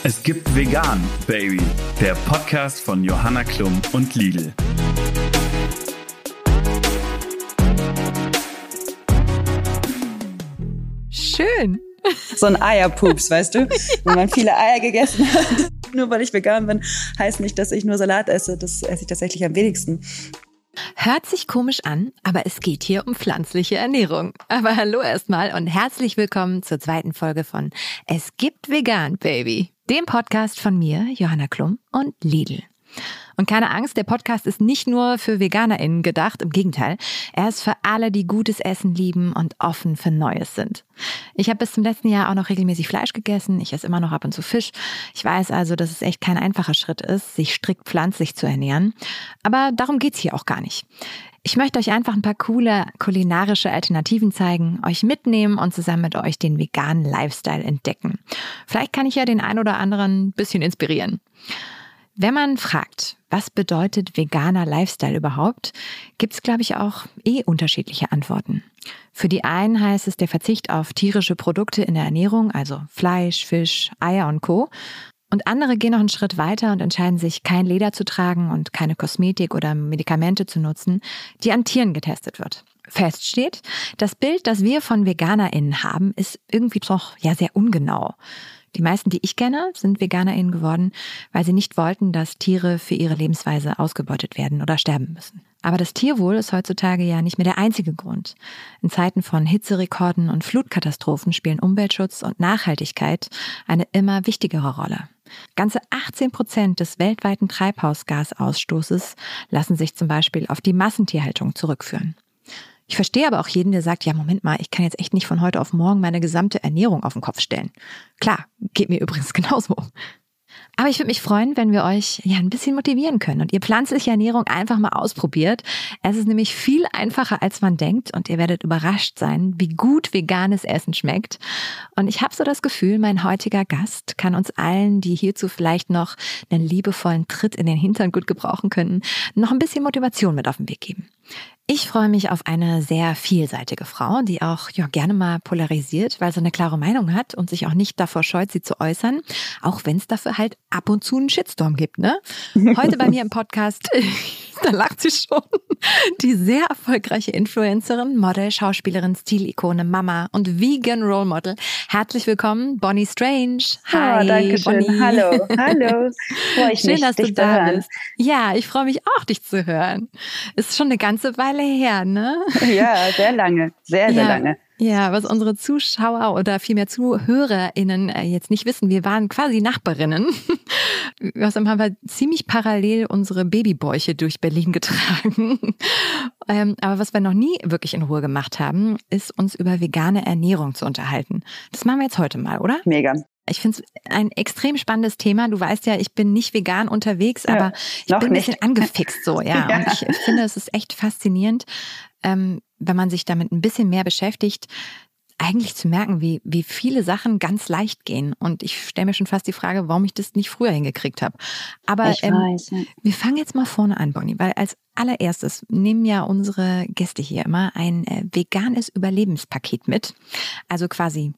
Es gibt Vegan, Baby. Der Podcast von Johanna Klum und Lidl. Schön. So ein Eierpups, weißt du? Wenn man viele Eier gegessen hat. Nur weil ich vegan bin, heißt nicht, dass ich nur Salat esse. Das esse ich tatsächlich am wenigsten. Hört sich komisch an, aber es geht hier um pflanzliche Ernährung. Aber hallo erstmal und herzlich willkommen zur zweiten Folge von Es gibt Vegan, Baby. Dem Podcast von mir, Johanna Klum und Lidl. Und keine Angst, der Podcast ist nicht nur für VeganerInnen gedacht, im Gegenteil. Er ist für alle, die gutes Essen lieben und offen für Neues sind. Ich habe bis zum letzten Jahr auch noch regelmäßig Fleisch gegessen. Ich esse immer noch ab und zu Fisch. Ich weiß also, dass es echt kein einfacher Schritt ist, sich strikt pflanzlich zu ernähren. Aber darum geht's hier auch gar nicht. Ich möchte euch einfach ein paar coole kulinarische Alternativen zeigen, euch mitnehmen und zusammen mit euch den veganen Lifestyle entdecken. Vielleicht kann ich ja den ein oder anderen ein bisschen inspirieren. Wenn man fragt, was bedeutet veganer Lifestyle überhaupt, gibt's, glaube ich, auch unterschiedliche Antworten. Für die einen heißt es der Verzicht auf tierische Produkte in der Ernährung, also Fleisch, Fisch, Eier und Co. Und andere gehen noch einen Schritt weiter und entscheiden sich, kein Leder zu tragen und keine Kosmetik oder Medikamente zu nutzen, die an Tieren getestet wird. Fest steht, das Bild, das wir von VeganerInnen haben, ist irgendwie doch sehr ungenau. Die meisten, die ich kenne, sind VeganerInnen geworden, weil sie nicht wollten, dass Tiere für ihre Lebensweise ausgebeutet werden oder sterben müssen. Aber das Tierwohl ist heutzutage ja nicht mehr der einzige Grund. In Zeiten von Hitzerekorden und Flutkatastrophen spielen Umweltschutz und Nachhaltigkeit eine immer wichtigere Rolle. Ganze 18% des weltweiten Treibhausgasausstoßes lassen sich zum Beispiel auf die Massentierhaltung zurückführen. Ich verstehe aber auch jeden, der sagt, ja, Moment mal, ich kann jetzt echt nicht von heute auf morgen meine gesamte Ernährung auf den Kopf stellen. Klar, geht mir übrigens genauso. Aber ich würde mich freuen, wenn wir euch ein bisschen motivieren können und ihr pflanzliche Ernährung einfach mal ausprobiert. Es ist nämlich viel einfacher, als man denkt und ihr werdet überrascht sein, wie gut veganes Essen schmeckt. Und ich habe so das Gefühl, mein heutiger Gast kann uns allen, die hierzu vielleicht noch einen liebevollen Tritt in den Hintern gut gebrauchen könnten, noch ein bisschen Motivation mit auf den Weg geben. Ich freue mich auf eine sehr vielseitige Frau, die auch gerne mal polarisiert, weil sie eine klare Meinung hat und sich auch nicht davor scheut, sie zu äußern, auch wenn es dafür halt ab und zu einen Shitstorm gibt, ne? Heute bei mir im Podcast, da lacht sie schon, die sehr erfolgreiche Influencerin, Model, Schauspielerin, Stilikone, Mama und Vegan Role Model. Herzlich willkommen, Bonnie Strange. Hi, danke schön. Bonnie. Hallo. Freue ich Schön, mich, dass du dich da zu hören. bist. Ja, ich freue mich auch, dich zu hören. Ist schon eine ganze Weile her, ne? Ja, sehr lange. Sehr lange. Ja, was unsere Zuschauer oder vielmehr ZuhörerInnen jetzt nicht wissen, wir waren quasi Nachbarinnen. Außerdem haben wir ziemlich parallel unsere Babybäuche durch Berlin getragen. Aber was wir noch nie wirklich in Ruhe gemacht haben, ist uns über vegane Ernährung zu unterhalten. Das machen wir jetzt heute mal, oder? Mega. Ich finde es ein extrem spannendes Thema. Du weißt ja, ich bin nicht vegan unterwegs, aber ich bin ein bisschen angefixt so, ja. Und ich finde, es ist echt faszinierend, wenn man sich damit ein bisschen mehr beschäftigt, eigentlich zu merken, wie viele Sachen ganz leicht gehen. Und ich stelle mir schon fast die Frage, warum ich das nicht früher hingekriegt habe. Aber wir fangen jetzt mal vorne an, Bonnie, weil als allererstes nehmen ja unsere Gäste hier immer ein veganes Überlebenspaket mit. Also quasi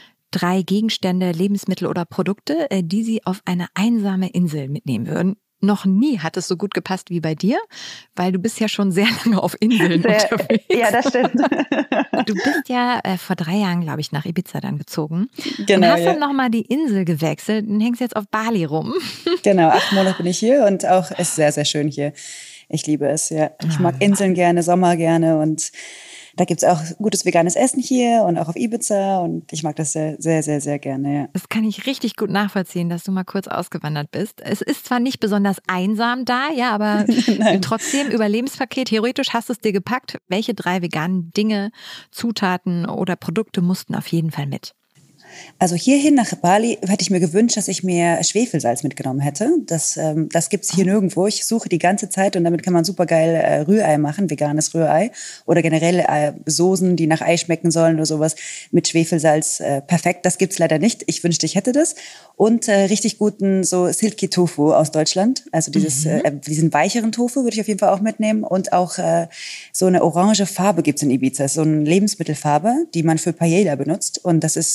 3 Gegenstände, Lebensmittel oder Produkte, die sie auf eine einsame Insel mitnehmen würden. Noch nie hat es so gut gepasst wie bei dir, weil du bist ja schon sehr lange auf Inseln unterwegs. Ja, das stimmt. Du bist ja vor 3 Jahren, glaube ich, nach Ibiza dann gezogen. Genau, und hast dann nochmal die Insel gewechselt und hängst jetzt auf Bali rum. Genau, 8 Monate bin ich hier und auch es ist sehr, sehr schön hier. Ich liebe es, ja. Ich mag Inseln gerne, Sommer gerne und da gibt's auch gutes veganes Essen hier und auch auf Ibiza und ich mag das sehr, sehr, sehr, sehr gerne, ja. Das kann ich richtig gut nachvollziehen, dass du mal kurz ausgewandert bist. Es ist zwar nicht besonders einsam da, ja, aber trotzdem Überlebenspaket. Theoretisch hast du es dir gepackt. Welche 3 veganen Dinge, Zutaten oder Produkte mussten auf jeden Fall mit? Also hierhin nach Bali hätte ich mir gewünscht, dass ich mehr Schwefelsalz mitgenommen hätte. Das gibt's hier nirgendwo. Ich suche die ganze Zeit und damit kann man super geil Rührei machen, veganes Rührei. Oder generell Soßen, die nach Ei schmecken sollen oder sowas mit Schwefelsalz. Perfekt, das gibt's leider nicht. Ich wünschte, ich hätte das. Und richtig guten so Silky Tofu aus Deutschland. Also diesen weicheren Tofu würde ich auf jeden Fall auch mitnehmen. Und auch so eine orange Farbe gibt's in Ibiza. So eine Lebensmittelfarbe, die man für Paella benutzt. Und das ist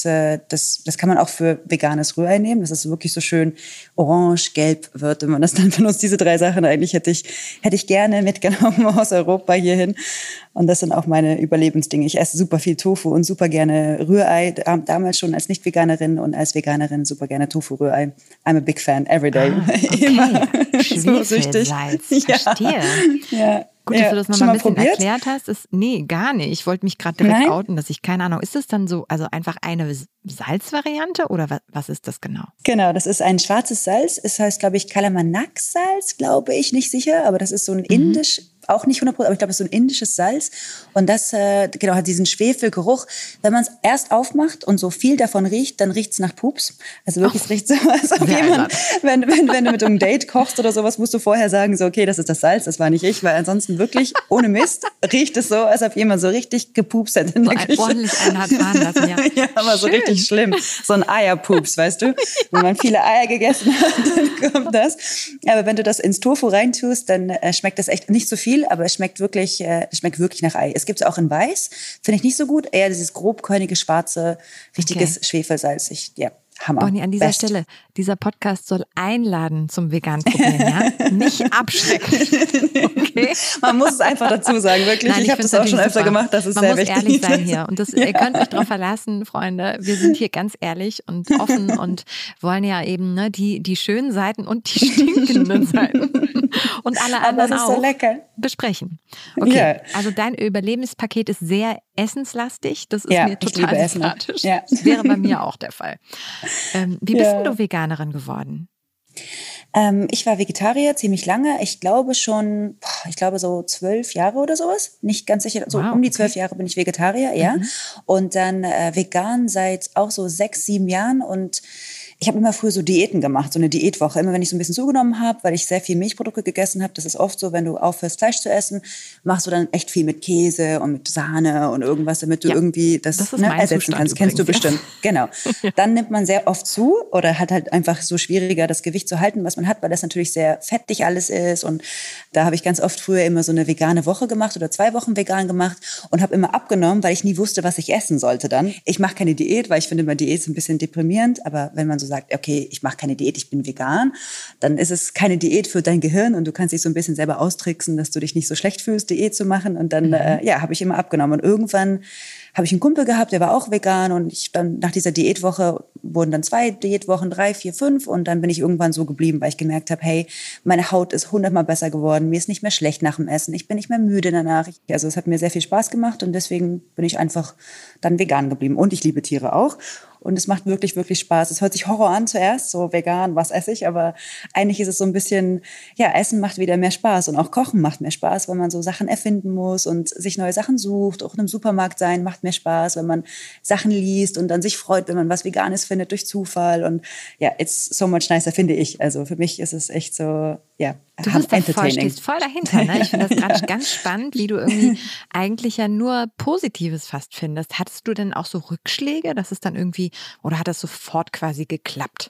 das kann man auch für veganes Rührei nehmen, dass es wirklich so schön orange-gelb wird, wenn man das dann benutzt. Diese 3 Sachen eigentlich hätte ich gerne mitgenommen aus Europa hierhin. Und das sind auch meine Überlebensdinge. Ich esse super viel Tofu und super gerne Rührei. Damals schon als Nicht-Veganerin und als Veganerin super gerne Tofu-Rührei. I'm a big fan, every day. Okay. Immer. Schwefelsalz, verstehe. Ja. Gut, dass du das nochmal ein bisschen probiert? erklärt hast. Nee, gar nicht. Ich wollte mich gerade direkt outen, dass ich keine Ahnung. Ist das dann so, also einfach eine Salzvariante oder was ist das genau? Genau, das ist ein schwarzes Salz. Es heißt, glaube ich, Kalamanak-Salz, glaube ich, nicht sicher. Aber das ist so ein indisch, auch nicht 100%, aber ich glaube, es ist so ein indisches Salz. Und das genau hat diesen Schwefelgeruch. Wenn man es erst aufmacht und so viel davon riecht, dann riecht es nach Pups. Also wirklich, es riecht so, als ob jemand, wenn du mit einem Date kochst oder sowas, musst du vorher sagen, so, okay, das ist das Salz, das war nicht ich, weil ansonsten wirklich, ohne Mist, riecht es so, als ob jemand so richtig gepupst hat in der Küche. Ordentlich einen hat fahren lassen, ja. Ja, aber so richtig schlimm. So ein Eierpups, weißt du? Wenn man viele Eier gegessen hat, dann kommt das. Aber wenn du das ins Tofu reintust, dann schmeckt das echt nicht so viel, aber es schmeckt wirklich nach Ei. Es gibt es auch in Weiß, finde ich nicht so gut. Eher dieses grobkörnige, schwarze, richtiges Schwefelsalz. Hammer. Bonnie, an dieser Stelle, dieser Podcast soll einladen zum veganen Probieren, ja? Nicht abschrecken. Okay? Man muss es einfach dazu sagen, wirklich. Nein, ich habe das auch schon öfter gemacht, das ist sehr wichtig. Man muss ehrlich sein hier. Und ihr könnt euch darauf verlassen, Freunde. Wir sind hier ganz ehrlich und offen und wollen ja eben die schönen Seiten und die stinkenden Seiten und alle anderen auch so lecker. besprechen. Okay, ja. Also dein Überlebenspaket ist sehr essenslastig. Das ist mir total sympathisch. Ja. Das wäre bei mir auch der Fall. Wie bist denn du Veganerin geworden? Ich war Vegetarier ziemlich lange. Ich glaube so 12 Jahre oder sowas. Nicht ganz sicher. So um die 12 Jahre bin ich Vegetarier, ja. Und dann vegan seit auch so 6, 7 Jahren und ich habe immer früher so Diäten gemacht, so eine Diätwoche. Immer wenn ich so ein bisschen zugenommen habe, weil ich sehr viel Milchprodukte gegessen habe. Das ist oft so, wenn du aufhörst, Fleisch zu essen, machst du dann echt viel mit Käse und mit Sahne und irgendwas, damit du irgendwie das ersetzen kannst. Kennst du bestimmt. Genau. Dann nimmt man sehr oft zu oder hat halt einfach so schwieriger, das Gewicht zu halten, was man hat, weil das natürlich sehr fettig alles ist. Und da habe ich ganz oft früher immer so eine vegane Woche gemacht oder 2 Wochen vegan gemacht und habe immer abgenommen, weil ich nie wusste, was ich essen sollte dann. Ich mache keine Diät, weil ich finde, immer Diät ist ein bisschen deprimierend. Aber wenn man so sagt, okay, ich mache keine Diät, ich bin vegan, dann ist es keine Diät für dein Gehirn und du kannst dich so ein bisschen selber austricksen, dass du dich nicht so schlecht fühlst, Diät zu machen. Und dann habe ich immer abgenommen. Und irgendwann habe ich einen Kumpel gehabt, der war auch vegan und dann nach dieser Diätwoche wurden dann 2 Diätwochen, 3, 4, 5 und dann bin ich irgendwann so geblieben, weil ich gemerkt habe, hey, meine Haut ist 100-mal besser geworden, mir ist nicht mehr schlecht nach dem Essen, ich bin nicht mehr müde danach. Also es hat mir sehr viel Spaß gemacht und deswegen bin ich einfach dann vegan geblieben und ich liebe Tiere auch. Und es macht wirklich, wirklich Spaß. Es hört sich Horror an zuerst, so vegan, was esse ich? Aber eigentlich ist es so ein bisschen, Essen macht wieder mehr Spaß und auch Kochen macht mehr Spaß, wenn man so Sachen erfinden muss und sich neue Sachen sucht. Auch in einem Supermarkt sein macht mehr Spaß, wenn man Sachen liest und dann sich freut, wenn man was Veganes findet durch Zufall. Und it's so much nicer, finde ich. Also für mich ist es echt so, du bist stehst voll dahinter. Ne? Ich finde das gerade ganz spannend, wie du irgendwie eigentlich ja nur Positives fast findest. Hattest du denn auch so Rückschläge, dass es dann irgendwie, oder hat das sofort quasi geklappt?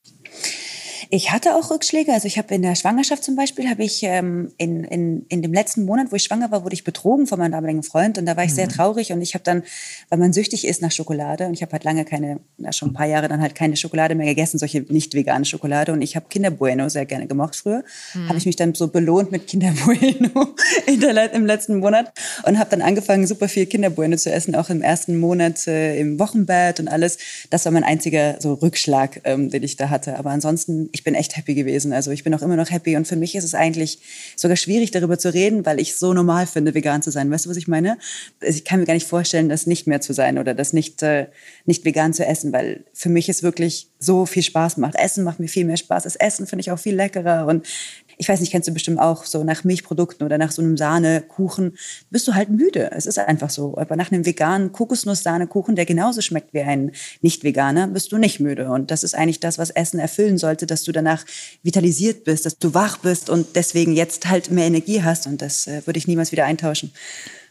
Ich hatte auch Rückschläge. Also ich habe in der Schwangerschaft zum Beispiel, habe ich in dem letzten Monat, wo ich schwanger war, wurde ich betrogen von meinem damaligen Freund. Und da war ich sehr traurig. Und ich habe dann, weil man süchtig ist nach Schokolade, und ich habe halt schon ein paar Jahre dann halt keine Schokolade mehr gegessen, solche nicht vegane Schokolade. Und ich habe Kinder Bueno sehr gerne gemocht früher. Habe ich mich dann so belohnt mit Kinder Bueno im letzten Monat. Und habe dann angefangen, super viel Kinder Bueno zu essen, auch im ersten Monat im Wochenbett und alles. Das war mein einziger so Rückschlag, den ich da hatte. Aber ansonsten, ich bin echt happy gewesen. Also ich bin auch immer noch happy und für mich ist es eigentlich sogar schwierig, darüber zu reden, weil ich so normal finde, vegan zu sein. Weißt du, was ich meine? Also ich kann mir gar nicht vorstellen, das nicht mehr zu sein oder das nicht vegan zu essen, weil für mich es wirklich so viel Spaß macht. Essen macht mir viel mehr Spaß. Das Essen finde ich auch viel leckerer und ich weiß nicht, kennst du bestimmt auch, so nach Milchprodukten oder nach so einem Sahnekuchen bist du halt müde. Es ist einfach so. Aber nach einem veganen Kokosnuss-Sahnekuchen, der genauso schmeckt wie ein Nicht-Veganer, bist du nicht müde. Und das ist eigentlich das, was Essen erfüllen sollte, dass du danach vitalisiert bist, dass du wach bist und deswegen jetzt halt mehr Energie hast. Und das würde ich niemals wieder eintauschen.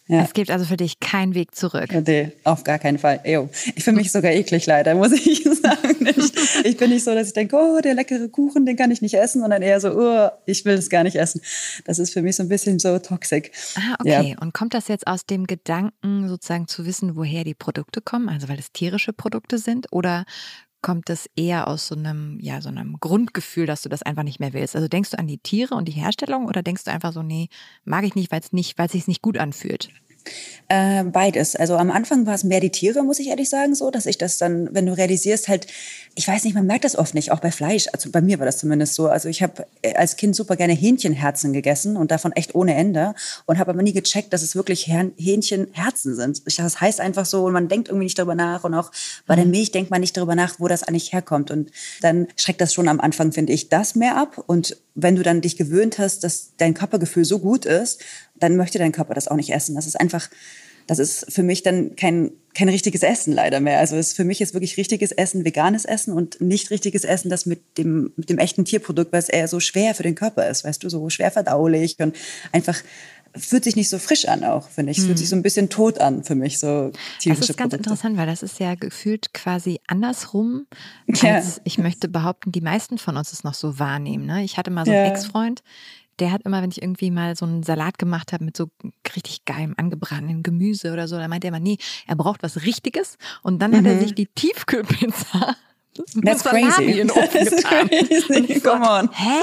Ja. Es gibt also für dich keinen Weg zurück. Nee, auf gar keinen Fall. Ew. Ich fühle mich sogar eklig leider, muss ich sagen. Ich bin nicht so, dass ich denke, oh, der leckere Kuchen, den kann ich nicht essen, sondern eher so, oh, ich will das gar nicht essen. Das ist für mich so ein bisschen so toxic. Ah, okay. Ja. Und kommt das jetzt aus dem Gedanken, sozusagen zu wissen, woher die Produkte kommen, also weil es tierische Produkte sind, oder kommt das eher aus so einem Grundgefühl, dass du das einfach nicht mehr willst? Also denkst du an die Tiere und die Herstellung oder denkst du einfach so, nee, mag ich nicht, weil es sich nicht gut anfühlt? Beides. Also am Anfang war es mehr die Tiere, muss ich ehrlich sagen, so, dass ich das dann, wenn du realisierst, halt, ich weiß nicht, man merkt das oft nicht, auch bei Fleisch. Also bei mir war das zumindest so. Also ich habe als Kind super gerne Hähnchenherzen gegessen und davon echt ohne Ende und habe aber nie gecheckt, dass es wirklich Hähnchenherzen sind. Das heißt einfach so und man denkt irgendwie nicht darüber nach und auch bei der Milch denkt man nicht darüber nach, wo das eigentlich herkommt und dann schreckt das schon am Anfang, finde ich, das mehr ab und wenn du dann dich gewöhnt hast, dass dein Körpergefühl so gut ist, dann möchte dein Körper das auch nicht essen. Das ist für mich dann kein richtiges Essen leider mehr. Also für mich ist wirklich richtiges Essen, veganes Essen und nicht richtiges Essen, das mit dem echten Tierprodukt, weil es eher so schwer für den Körper ist, weißt du, so schwer verdaulich und einfach fühlt sich nicht so frisch an auch, finde ich. Es fühlt sich so ein bisschen tot an für mich, so tierische Produkte. Das ist ganz interessant, weil das ist ja gefühlt quasi andersrum, Ja. als ich möchte behaupten, die meisten von uns es noch so wahrnehmen. Ne? Ich hatte mal so einen Ex-Freund, der hat immer, wenn ich irgendwie mal so einen Salat gemacht habe mit so richtig geilem angebratenen Gemüse oder so, dann meinte er immer, nee, er braucht was Richtiges und dann hat er sich die Tiefkühlpizza That's crazy. In den Ofen getan. Und ich so, Come on. hä?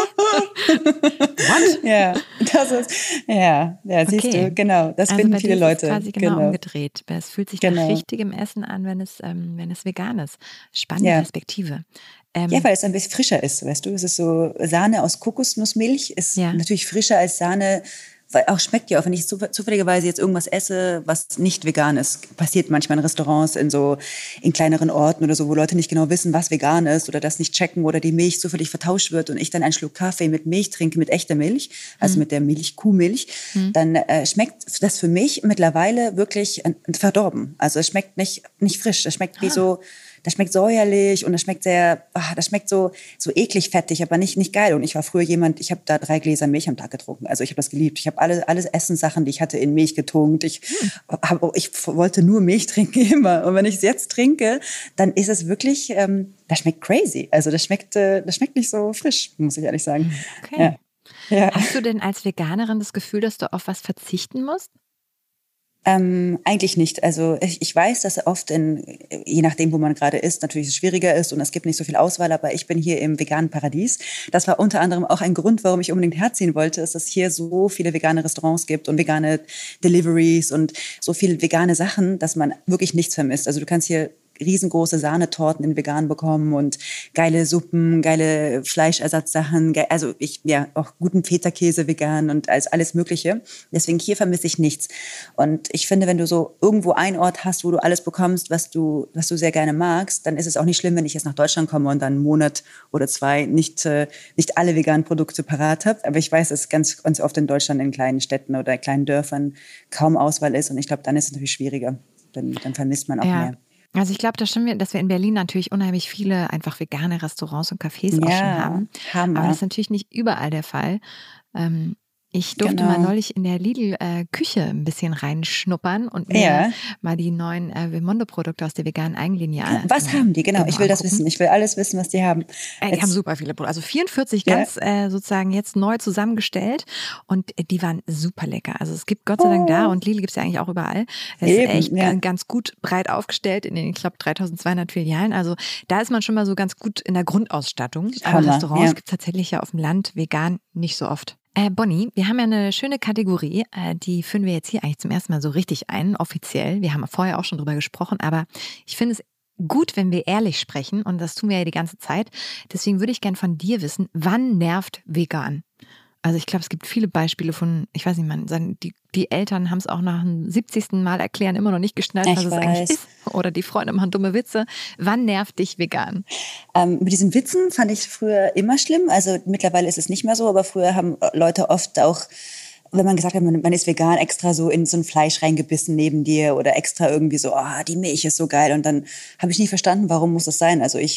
What? Ja, siehst du, genau. Das Also finden bei viele dir ist es Leute. quasi genau umgedreht. Es fühlt sich nach richtigem Essen an, wenn es vegan ist. Spannende Perspektive. Ja, weil es ein bisschen frischer ist, weißt du. Es ist so Sahne aus Kokosnussmilch, ist natürlich frischer als Sahne, weil auch schmeckt ja auch, wenn ich zufälligerweise jetzt irgendwas esse, was nicht vegan ist. Passiert manchmal in Restaurants, in kleineren Orten oder so, wo Leute nicht genau wissen, was vegan ist oder das nicht checken oder die Milch zufällig vertauscht wird und ich dann einen Schluck Kaffee mit Milch trinke, mit echter Milch, also mit der Kuhmilch, dann schmeckt das für mich mittlerweile wirklich verdorben. Also es schmeckt nicht frisch, das schmeckt wie so... Das schmeckt säuerlich und das schmeckt das schmeckt so eklig fettig, aber nicht geil. Und ich war früher ich habe da 3 Gläser Milch am Tag getrunken. Also ich habe das geliebt. Ich habe alle Essenssachen, die ich hatte, in Milch getunkt. Ich wollte nur Milch trinken immer. Und wenn ich es jetzt trinke, dann ist es wirklich, das schmeckt crazy. Also das schmeckt nicht so frisch, muss ich ehrlich sagen. Okay. Ja. Hast du denn als Veganerin das Gefühl, dass du auf was verzichten musst? Eigentlich nicht. Also ich weiß, dass oft je nachdem, wo man gerade ist, natürlich es schwieriger ist und es gibt nicht so viel Auswahl, aber ich bin hier im veganen Paradies. Das war unter anderem auch ein Grund, warum ich unbedingt herziehen wollte, ist, dass es hier so viele vegane Restaurants gibt und vegane Deliveries und so viele vegane Sachen, dass man wirklich nichts vermisst. Also du kannst hier riesengroße Sahnetorten in vegan bekommen und geile Suppen, geile Fleischersatzsachen, auch guten Feta-Käse vegan und alles Mögliche. Deswegen hier vermisse ich nichts. Und ich finde, wenn du so irgendwo einen Ort hast, wo du alles bekommst, was du sehr gerne magst, dann ist es auch nicht schlimm, wenn ich jetzt nach Deutschland komme und dann einen Monat oder 2 nicht alle veganen Produkte parat habe. Aber ich weiß, dass ganz, ganz oft in Deutschland in kleinen Städten oder kleinen Dörfern kaum Auswahl ist. Und ich glaube, dann ist es natürlich schwieriger. Dann vermisst man auch mehr. Also ich glaube, das stimmt, dass wir in Berlin natürlich unheimlich viele einfach vegane Restaurants und Cafés auch schon haben. Aber das ist natürlich nicht überall der Fall. Ich durfte mal neulich in der Lidl-Küche ein bisschen reinschnuppern und mir mal die neuen Vimondo-Produkte aus der veganen Eigenlinie Was haben die? Genau, ich will das wissen. Ich will alles wissen, was die haben. Die haben super viele Produkte. Also 44 ganz sozusagen jetzt neu zusammengestellt und die waren super lecker. Also es gibt Gott sei Dank da und Lidl gibt es ja eigentlich auch überall. Es ist echt ganz gut breit aufgestellt in den, ich glaube, 3200 Filialen. Also da ist man schon mal so ganz gut in der Grundausstattung. Aber Restaurants gibt es tatsächlich ja auf dem Land vegan nicht so oft. Bonnie, wir haben ja eine schöne Kategorie, die führen wir jetzt hier eigentlich zum ersten Mal so richtig ein, offiziell. Wir haben vorher auch schon drüber gesprochen, aber ich finde es gut, wenn wir ehrlich sprechen und das tun wir ja die ganze Zeit. Deswegen würde ich gern von dir wissen, wann nervt vegan? Also ich glaube, es gibt viele Beispiele von, ich weiß nicht, die Eltern haben es auch nach dem 70. Mal erklären immer noch nicht geschnallt, was es eigentlich ist. Oder die Freunde machen dumme Witze. Wann nervt dich vegan? Mit diesen Witzen fand ich früher immer schlimm. Also mittlerweile ist es nicht mehr so, aber früher haben Leute oft auch, wenn man gesagt hat, man ist vegan, extra so in so ein Fleisch reingebissen neben dir oder extra irgendwie so, die Milch ist so geil. Und dann habe ich nie verstanden, warum muss das sein? Also ich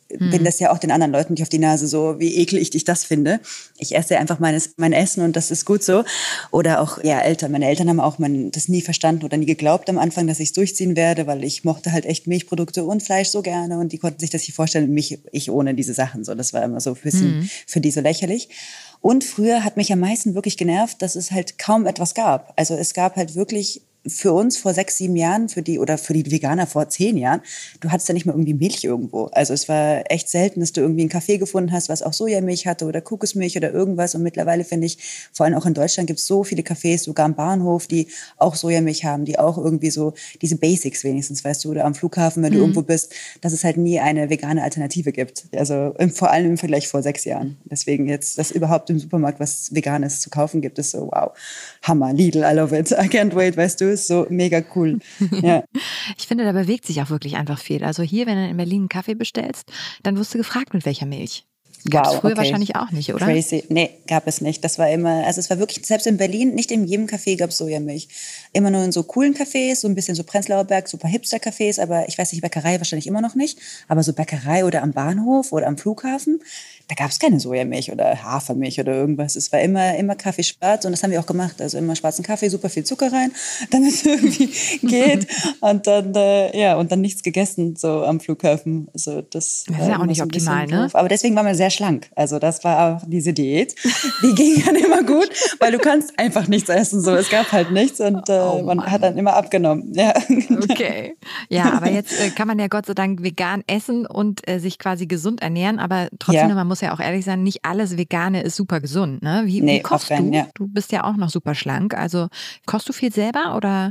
bin das ja auch den anderen Leuten nicht auf die Nase, so wie eklig ich das finde. Ich esse einfach mein Essen und das ist gut so. Oder auch Eltern. Meine Eltern haben auch das nie verstanden oder nie geglaubt am Anfang, dass ich es durchziehen werde, weil ich mochte halt echt Milchprodukte und Fleisch so gerne und die konnten sich das nicht vorstellen, ich ohne diese Sachen. So, das war immer so ein bisschen für die so lächerlich. Und früher hat mich am meisten wirklich genervt, dass es halt kaum etwas gab. Also es gab halt wirklich für uns vor 6, 7 Jahren, für die Veganer vor 10 Jahren, du hattest ja nicht mal irgendwie Milch irgendwo. Also es war echt selten, dass du irgendwie einen Kaffee gefunden hast, was auch Sojamilch hatte oder Kokosmilch oder irgendwas. Und mittlerweile finde ich, vor allem auch in Deutschland gibt es so viele Cafés, sogar am Bahnhof, die auch Sojamilch haben, die auch irgendwie so diese Basics wenigstens, weißt du, oder am Flughafen, wenn du irgendwo bist, dass es halt nie eine vegane Alternative gibt. Also vor allem im Vergleich vor 6 Jahren. Deswegen jetzt, dass überhaupt im Supermarkt was Veganes zu kaufen gibt, ist so, wow, Hammer, Lidl, I love it, I can't wait, weißt du, ist so mega cool. Ja. Ich finde, da bewegt sich auch wirklich einfach viel. Also hier, wenn du in Berlin einen Kaffee bestellst, dann wirst du gefragt, mit welcher Milch. Gab es früher wahrscheinlich auch nicht, oder? Crazy. Nee, gab es nicht. Das war immer, also es war wirklich, selbst in Berlin, nicht in jedem Café gab es Sojamilch. Immer nur in so coolen Cafés, so ein bisschen so Prenzlauer Berg, super Hipster-Cafés, aber ich weiß nicht, Bäckerei wahrscheinlich immer noch nicht, aber so Bäckerei oder am Bahnhof oder am Flughafen, da gab es keine Sojamilch oder Hafermilch oder irgendwas. Es war immer Kaffee schwarz und das haben wir auch gemacht. Also immer schwarzen Kaffee, super viel Zucker rein, damit es irgendwie geht und dann, und dann nichts gegessen, so am Flughafen. Also das ist ja auch nicht so optimal, ne? doof. Aber deswegen waren wir sehr schlank. Also das war auch diese Diät. Die ging dann immer gut, weil du kannst einfach nichts essen. So, es gab halt nichts und man hat dann immer abgenommen. Ja. Okay. Ja, aber jetzt kann man ja Gott sei Dank vegan essen und sich quasi gesund ernähren. Aber trotzdem, man muss ja auch ehrlich sein, nicht alles Vegane ist super gesund. Ne? Wie kochst du? Ja. Du bist ja auch noch super schlank. Also kochst du viel selber oder?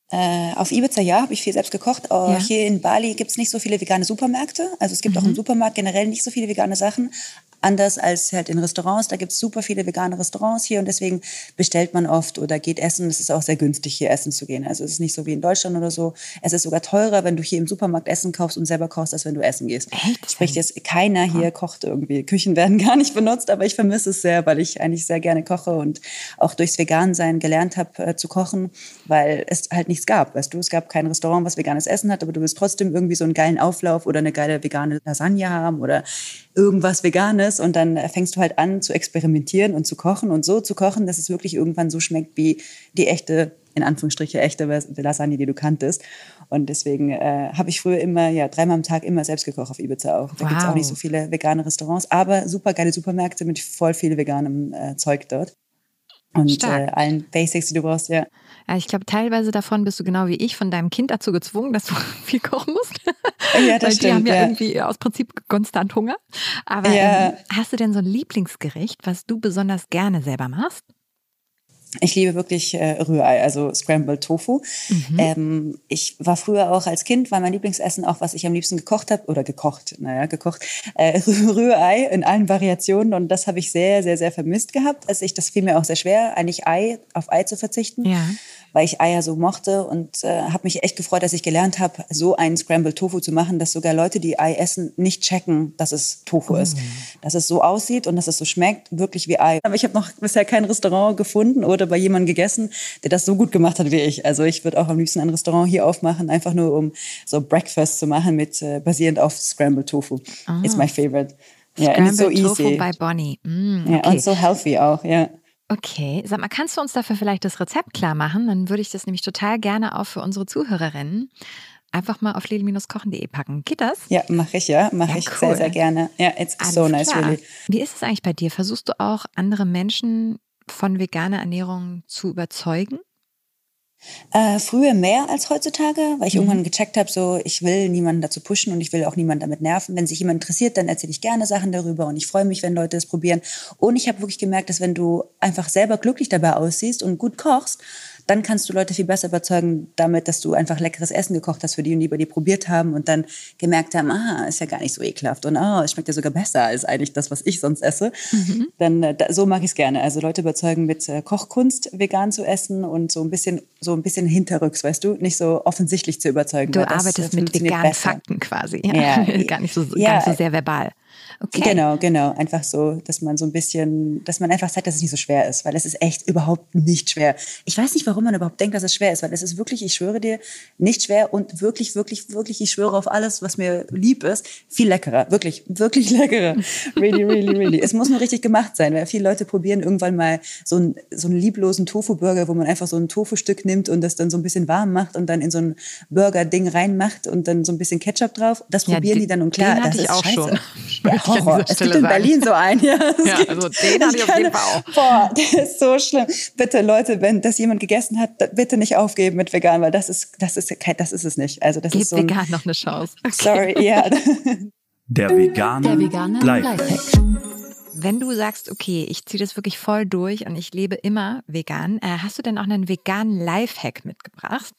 Auf Ibiza, habe ich viel selbst gekocht. Hier in Bali gibt es nicht so viele vegane Supermärkte. Also es gibt auch im Supermarkt generell nicht so viele vegane Sachen. Anders als halt in Restaurants. Da gibt es super viele vegane Restaurants hier und deswegen bestellt man oft oder geht essen. Es ist auch sehr günstig, hier essen zu gehen. Also es ist nicht so wie in Deutschland oder so. Es ist sogar teurer, wenn du hier im Supermarkt Essen kaufst und selber kochst, als wenn du essen gehst. Echt? Sprich, jetzt keiner hier kocht irgendwie. Küchen werden gar nicht benutzt, aber ich vermisse es sehr, weil ich eigentlich sehr gerne koche und auch durchs Vegan-Sein gelernt habe zu kochen, weil es halt nichts gab. Weißt du, es gab kein Restaurant, was veganes Essen hat, aber du willst trotzdem irgendwie so einen geilen Auflauf oder eine geile vegane Lasagne haben oder irgendwas Veganes und dann fängst du halt an zu experimentieren und zu kochen und so zu kochen, dass es wirklich irgendwann so schmeckt wie die echte, in Anführungsstriche, echte Lasagne, die du kanntest. Und deswegen habe ich früher immer, 3-mal am Tag immer selbst gekocht auf Ibiza auch. Da gibt es auch nicht so viele vegane Restaurants, aber super geile Supermärkte mit voll viel veganem Zeug dort. Und allen Basics, die du brauchst, ja. Ja, ich glaube, teilweise davon bist du genau wie ich von deinem Kind dazu gezwungen, dass du viel kochen musst. Ja, das weil stimmt. Die haben ja irgendwie aus Prinzip konstant Hunger. Aber hast du denn so ein Lieblingsgericht, was du besonders gerne selber machst? Ich liebe wirklich Rührei, also Scrambled Tofu. Ich war früher auch als Kind, war mein Lieblingsessen auch, was ich am liebsten gekocht habe, Rührei in allen Variationen und das habe ich sehr, sehr, sehr vermisst gehabt. Das fiel mir auch sehr schwer, eigentlich auf Ei zu verzichten, weil ich Eier so mochte und habe mich echt gefreut, dass ich gelernt habe, so einen Scrambled Tofu zu machen, dass sogar Leute, die Ei essen, nicht checken, dass es Tofu ist. Dass es so aussieht und dass es so schmeckt, wirklich wie Ei. Aber ich habe noch bisher kein Restaurant gefunden oder bei jemandem gegessen, der das so gut gemacht hat wie ich. Also ich würde auch am liebsten ein Restaurant hier aufmachen, einfach nur um so Breakfast zu machen basierend auf Scrambled Tofu. It's my favorite. Scrambled so Tofu bei Bonnie. Okay. Und so healthy auch, Okay, sag mal, kannst du uns dafür vielleicht das Rezept klar machen? Dann würde ich das nämlich total gerne auch für unsere Zuhörerinnen einfach mal auf lidl-kochen.de packen. Geht das? Ja, mache ich, Mache ich sehr, sehr gerne. Ja, it's so nice, really. Wie ist es eigentlich bei dir? Versuchst du auch andere Menschen von veganer Ernährung zu überzeugen? Früher mehr als heutzutage, weil ich irgendwann gecheckt habe, so ich will niemanden dazu pushen und ich will auch niemanden damit nerven. Wenn sich jemand interessiert, dann erzähle ich gerne Sachen darüber und ich freue mich, wenn Leute es probieren. Und ich habe wirklich gemerkt, dass wenn du einfach selber glücklich dabei aussiehst und gut kochst, dann kannst du Leute viel besser überzeugen damit, dass du einfach leckeres Essen gekocht hast für die und die bei dir probiert haben und dann gemerkt haben, ist ja gar nicht so ekelhaft und es schmeckt ja sogar besser als eigentlich das, was ich sonst esse. Dann so mag ich es gerne. Also Leute überzeugen mit Kochkunst vegan zu essen und so ein bisschen hinterrücks, weißt du, nicht so offensichtlich zu überzeugen. Du arbeitest mit veganen Fakten quasi, gar nicht so sehr verbal. Okay. Genau. Einfach so, dass man einfach zeigt, dass es nicht so schwer ist, weil es ist echt überhaupt nicht schwer. Ich weiß nicht, warum man überhaupt denkt, dass es schwer ist, weil es ist wirklich, ich schwöre dir, nicht schwer und wirklich, wirklich, wirklich, ich schwöre auf alles, was mir lieb ist, viel leckerer. Wirklich, wirklich leckerer. Really, really, really. Es muss nur richtig gemacht sein, weil viele Leute probieren irgendwann mal so einen lieblosen Tofu-Burger, wo man einfach so ein Tofu-Stück nimmt und das dann so ein bisschen warm macht und dann in so ein Burger-Ding reinmacht und dann so ein bisschen Ketchup drauf. Das probieren die dann und klar, das ist auch scheiße. Schon. Ja, Horror. Es gibt in Berlin so einen. Ja, also den hatte ich auf jeden Fall auch. Boah, der ist so schlimm. Bitte Leute, wenn das jemand gegessen hat, bitte nicht aufgeben mit vegan, weil das ist es nicht. Also das Gebt ist so vegan noch eine Chance. Okay. Sorry, ja. Der vegane Lifehack. Wenn du sagst, okay, ich ziehe das wirklich voll durch und ich lebe immer vegan, hast du denn auch einen veganen Lifehack mitgebracht?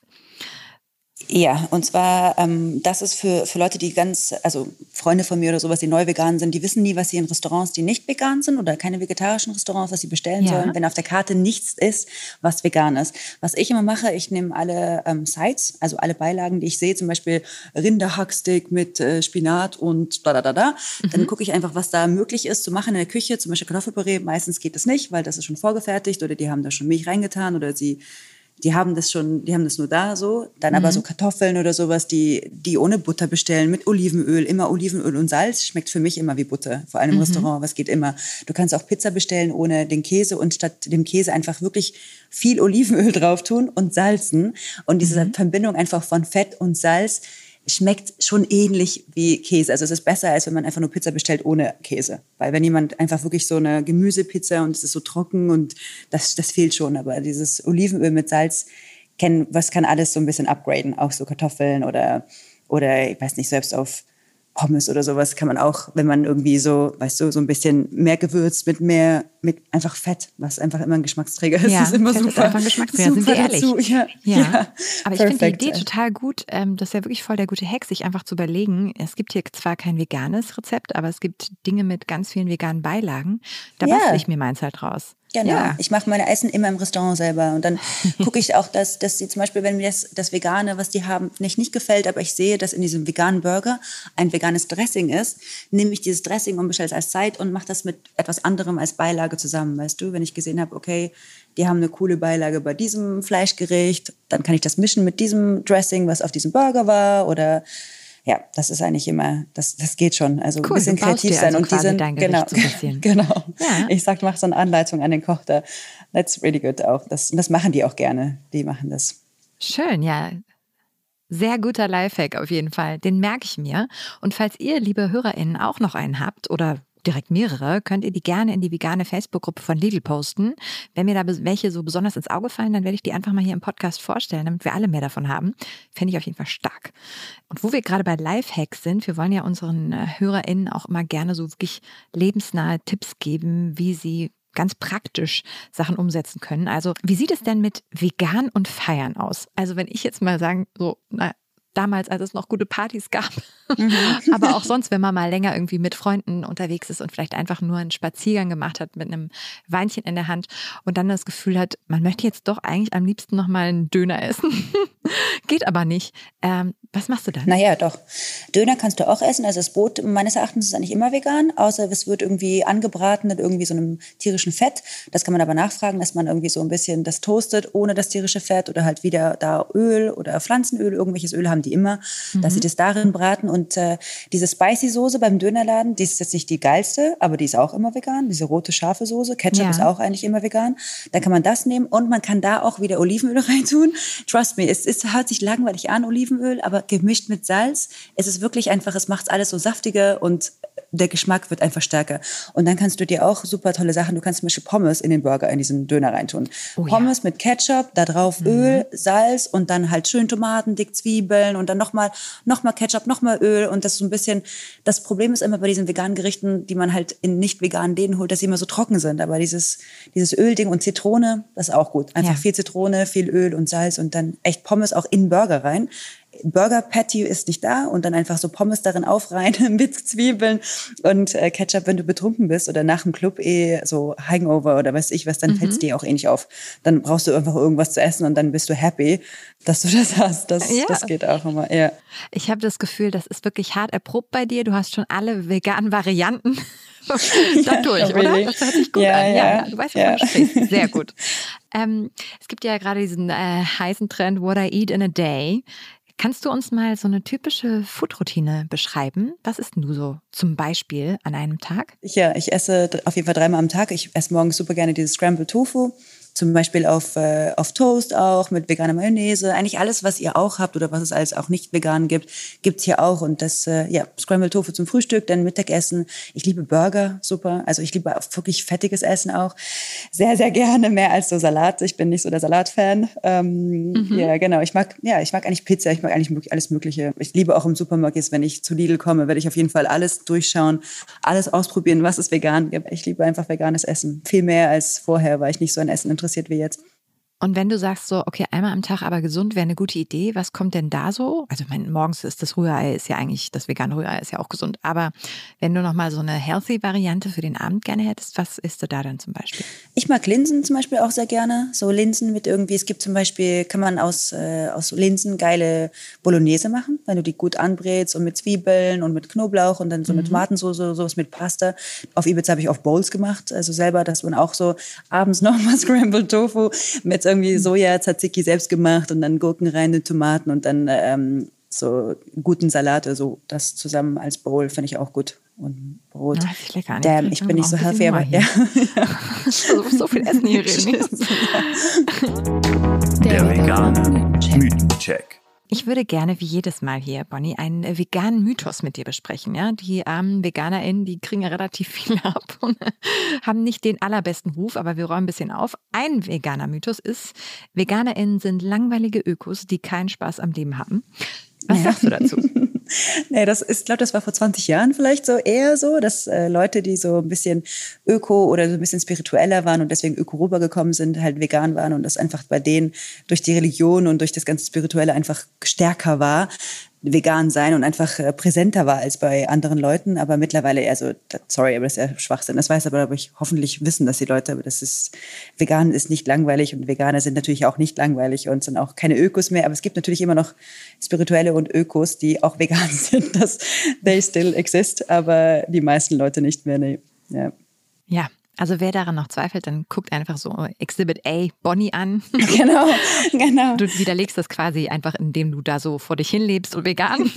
Ja, und zwar, das ist für Leute, die also Freunde von mir oder sowas, die neu vegan sind, die wissen nie, was sie in Restaurants, die nicht vegan sind oder keine vegetarischen Restaurants, was sie bestellen sollen, wenn auf der Karte nichts ist, was vegan ist. Was ich immer mache, ich nehme alle Sides, also alle Beilagen, die ich sehe, zum Beispiel Rinderhacksteak mit Spinat und Dann gucke ich einfach, was da möglich ist zu machen in der Küche, zum Beispiel Kartoffelpüree. Meistens geht das nicht, weil das ist schon vorgefertigt oder die haben da schon Milch reingetan oder die haben das nur da so. Dann aber so Kartoffeln oder sowas, die ohne Butter bestellen, mit Olivenöl, immer Olivenöl und Salz. Schmeckt für mich immer wie Butter, vor allem im Restaurant, aber es geht immer. Du kannst auch Pizza bestellen ohne den Käse und statt dem Käse einfach wirklich viel Olivenöl drauf tun und salzen. Und diese Verbindung einfach von Fett und Salz schmeckt schon ähnlich wie Käse. Also es ist besser, als wenn man einfach nur Pizza bestellt ohne Käse. Weil wenn jemand einfach wirklich so eine Gemüsepizza und es ist so trocken und das fehlt schon. Aber dieses Olivenöl mit Salz, was kann alles so ein bisschen upgraden. Auch so Kartoffeln oder ich weiß nicht, selbst auf Pommes oder sowas kann man auch, wenn man irgendwie so, weißt du, so ein bisschen mehr gewürzt mit einfach Fett, was einfach immer ein Geschmacksträger ist. Ja, das ist immer Fett super. Ist einfach ein Geschmacksträger, sind wir ehrlich. Dazu. Ja. Aber ich finde die Idee total gut. Das ist ja wirklich voll der gute Hack, sich einfach zu überlegen, es gibt hier zwar kein veganes Rezept, aber es gibt Dinge mit ganz vielen veganen Beilagen. Da bastle ich mir meins halt raus. Genau, Ja. Ich mache meine Essen immer im Restaurant selber und dann gucke ich auch, dass sie zum Beispiel, wenn mir das Vegane, was die haben, nicht gefällt, aber ich sehe, dass in diesem veganen Burger ein veganes Dressing ist, nehme ich dieses Dressing und bestelle es als Side und mache das mit etwas anderem als Beilage zusammen, weißt du? Wenn ich gesehen habe, okay, die haben eine coole Beilage bei diesem Fleischgericht, dann kann ich das mischen mit diesem Dressing, was auf diesem Burger war oder ja, das ist eigentlich immer, das geht schon. Also ein bisschen kreativ sein. Und die sind, genau. Ja. Ich mache so eine Anleitung an den Koch da. That's really good auch. Das machen die auch gerne. Die machen das. Schön, ja. Sehr guter Lifehack auf jeden Fall. Den merke ich mir. Und falls ihr, liebe HörerInnen, auch noch einen habt oder direkt mehrere, könnt ihr die gerne in die vegane Facebook-Gruppe von Lidl posten. Wenn mir da welche so besonders ins Auge fallen, dann werde ich die einfach mal hier im Podcast vorstellen, damit wir alle mehr davon haben. Fände ich auf jeden Fall stark. Und wo wir gerade bei Lifehacks sind, wir wollen ja unseren HörerInnen auch immer gerne so wirklich lebensnahe Tipps geben, wie sie ganz praktisch Sachen umsetzen können. Also wie sieht es denn mit vegan und Feiern aus? Also wenn ich jetzt mal sagen, so, damals, als es noch gute Partys gab, aber auch sonst, wenn man mal länger irgendwie mit Freunden unterwegs ist und vielleicht einfach nur einen Spaziergang gemacht hat mit einem Weinchen in der Hand und dann das Gefühl hat, man möchte jetzt doch eigentlich am liebsten noch mal einen Döner essen. Geht aber nicht. Was machst du dann? Naja, doch. Döner kannst du auch essen. Also das Brot meines Erachtens ist eigentlich immer vegan, außer es wird irgendwie angebraten mit irgendwie so einem tierischen Fett. Das kann man aber nachfragen, dass man irgendwie so ein bisschen das toastet ohne das tierische Fett oder halt wieder da Öl oder Pflanzenöl, irgendwelches Öl haben die immer, dass sie das darin braten. Und diese Spicy-Soße beim Dönerladen, die ist jetzt nicht die geilste, aber die ist auch immer vegan. Diese rote, scharfe Soße. Ketchup ist auch eigentlich immer vegan. Dann kann man das nehmen und man kann da auch wieder Olivenöl reintun. Trust me, es hört sich langweilig an, Olivenöl, aber gemischt mit Salz. Es ist wirklich einfach, es macht alles so saftiger und der Geschmack wird einfach stärker. Und dann kannst du dir auch super tolle Sachen, du kannst zum Beispiel Pommes in den Burger, in diesen Döner reintun. Pommes mit Ketchup, da drauf Öl, Salz und dann halt schön Tomaten, dick Zwiebeln und dann nochmal Ketchup, nochmal Öl und das so ein bisschen, das Problem ist immer bei diesen veganen Gerichten, die man halt in nicht veganen Läden holt, dass sie immer so trocken sind. Aber dieses Ölding und Zitrone, das ist auch gut. Einfach viel Zitrone, viel Öl und Salz und dann echt Pommes auch in den Burger rein. Burger Patty ist nicht da und dann einfach so Pommes darin aufreihen mit Zwiebeln und Ketchup, wenn du betrunken bist oder nach dem Club so Hangover oder weiß ich was, dann fällt es dir auch nicht auf. Dann brauchst du einfach irgendwas zu essen und dann bist du happy, dass du das hast. Das geht auch immer, ja. Ich habe das Gefühl, das ist wirklich hart erprobt bei dir. Du hast schon alle veganen Varianten da durch, oder? Das hört sich gut an. Ja, du weißt, wovon du sprichst. Sehr gut. Es gibt ja gerade diesen heißen Trend, What I Eat in a Day. Kannst du uns mal so eine typische Food-Routine beschreiben? Was isst du so zum Beispiel an einem Tag? Ja, ich esse auf jeden Fall 3-mal am Tag. Ich esse morgens super gerne dieses Scrambled Tofu. Zum Beispiel auf Toast auch, mit veganer Mayonnaise. Eigentlich alles, was ihr auch habt oder was es als auch nicht vegan gibt, gibt's hier auch. Und das, Scrambled Tofu zum Frühstück, dann Mittagessen. Ich liebe Burger, super. Also ich liebe auch wirklich fettiges Essen auch. Sehr, sehr gerne, mehr als so Salat. Ich bin nicht so der Salatfan. Ja, genau. Ich mag eigentlich Pizza, ich mag eigentlich alles Mögliche. Ich liebe auch im Supermarkt, wenn ich zu Lidl komme, werde ich auf jeden Fall alles durchschauen, alles ausprobieren, was es vegan gibt. Ich liebe einfach veganes Essen. Viel mehr als vorher, weil ich nicht so an Essen interessiert wie jetzt. Und wenn du sagst so, okay, einmal am Tag aber gesund wäre eine gute Idee, was kommt denn da so? Also morgens ist das Rührei, ist ja eigentlich, das vegane Rührei ist ja auch gesund. Aber wenn du nochmal so eine healthy Variante für den Abend gerne hättest, was isst du da dann zum Beispiel? Ich mag Linsen zum Beispiel auch sehr gerne. So Linsen mit irgendwie, es gibt zum Beispiel, kann man aus Linsen geile Bolognese machen, wenn du die gut anbrätst und mit Zwiebeln und mit Knoblauch und dann so mit Tomatensauce, sowas mit Pasta. Auf Ibiza habe ich auch Bowls gemacht, also selber, dass man auch so abends nochmal Scrambled Tofu mit irgendwie Soja, Tzatziki selbst gemacht und dann Gurken rein, und Tomaten und dann so guten Salat, also das zusammen als Bowl finde ich auch gut. Und Brot. Ja, ich lecker. Damn, ich bin nicht so healthy, aber ja. so viel Essen hier reden. Der vegane Mythencheck. Ich würde gerne wie jedes Mal hier, Bonnie, einen veganen Mythos mit dir besprechen. Ja? Die armen VeganerInnen, die kriegen ja relativ viel ab und haben nicht den allerbesten Ruf, aber wir räumen ein bisschen auf. Ein veganer Mythos ist, VeganerInnen sind langweilige Ökos, die keinen Spaß am Leben haben. Was sagst du dazu? Nee, ich glaube, das war vor 20 Jahren vielleicht so eher so, dass Leute, die so ein bisschen öko oder so ein bisschen spiritueller waren und deswegen öko rübergekommen sind, halt vegan waren und das einfach bei denen durch die Religion und durch das ganze Spirituelle einfach stärker war, vegan sein und einfach präsenter war als bei anderen Leuten. Aber mittlerweile, aber das ist ja Schwachsinn. Das weiß aber ich hoffentlich wissen das die Leute. Aber vegan ist nicht langweilig und Veganer sind natürlich auch nicht langweilig und sind auch keine Ökos mehr. Aber es gibt natürlich immer noch Spirituelle und Ökos, die auch vegan sind. They still exist, aber die meisten Leute nicht mehr. Nee. Ja. Ja. Also wer daran noch zweifelt, dann guckt einfach so Exhibit A, Bonnie an. Genau. Du widerlegst das quasi einfach, indem du da so vor dich hinlebst und vegan.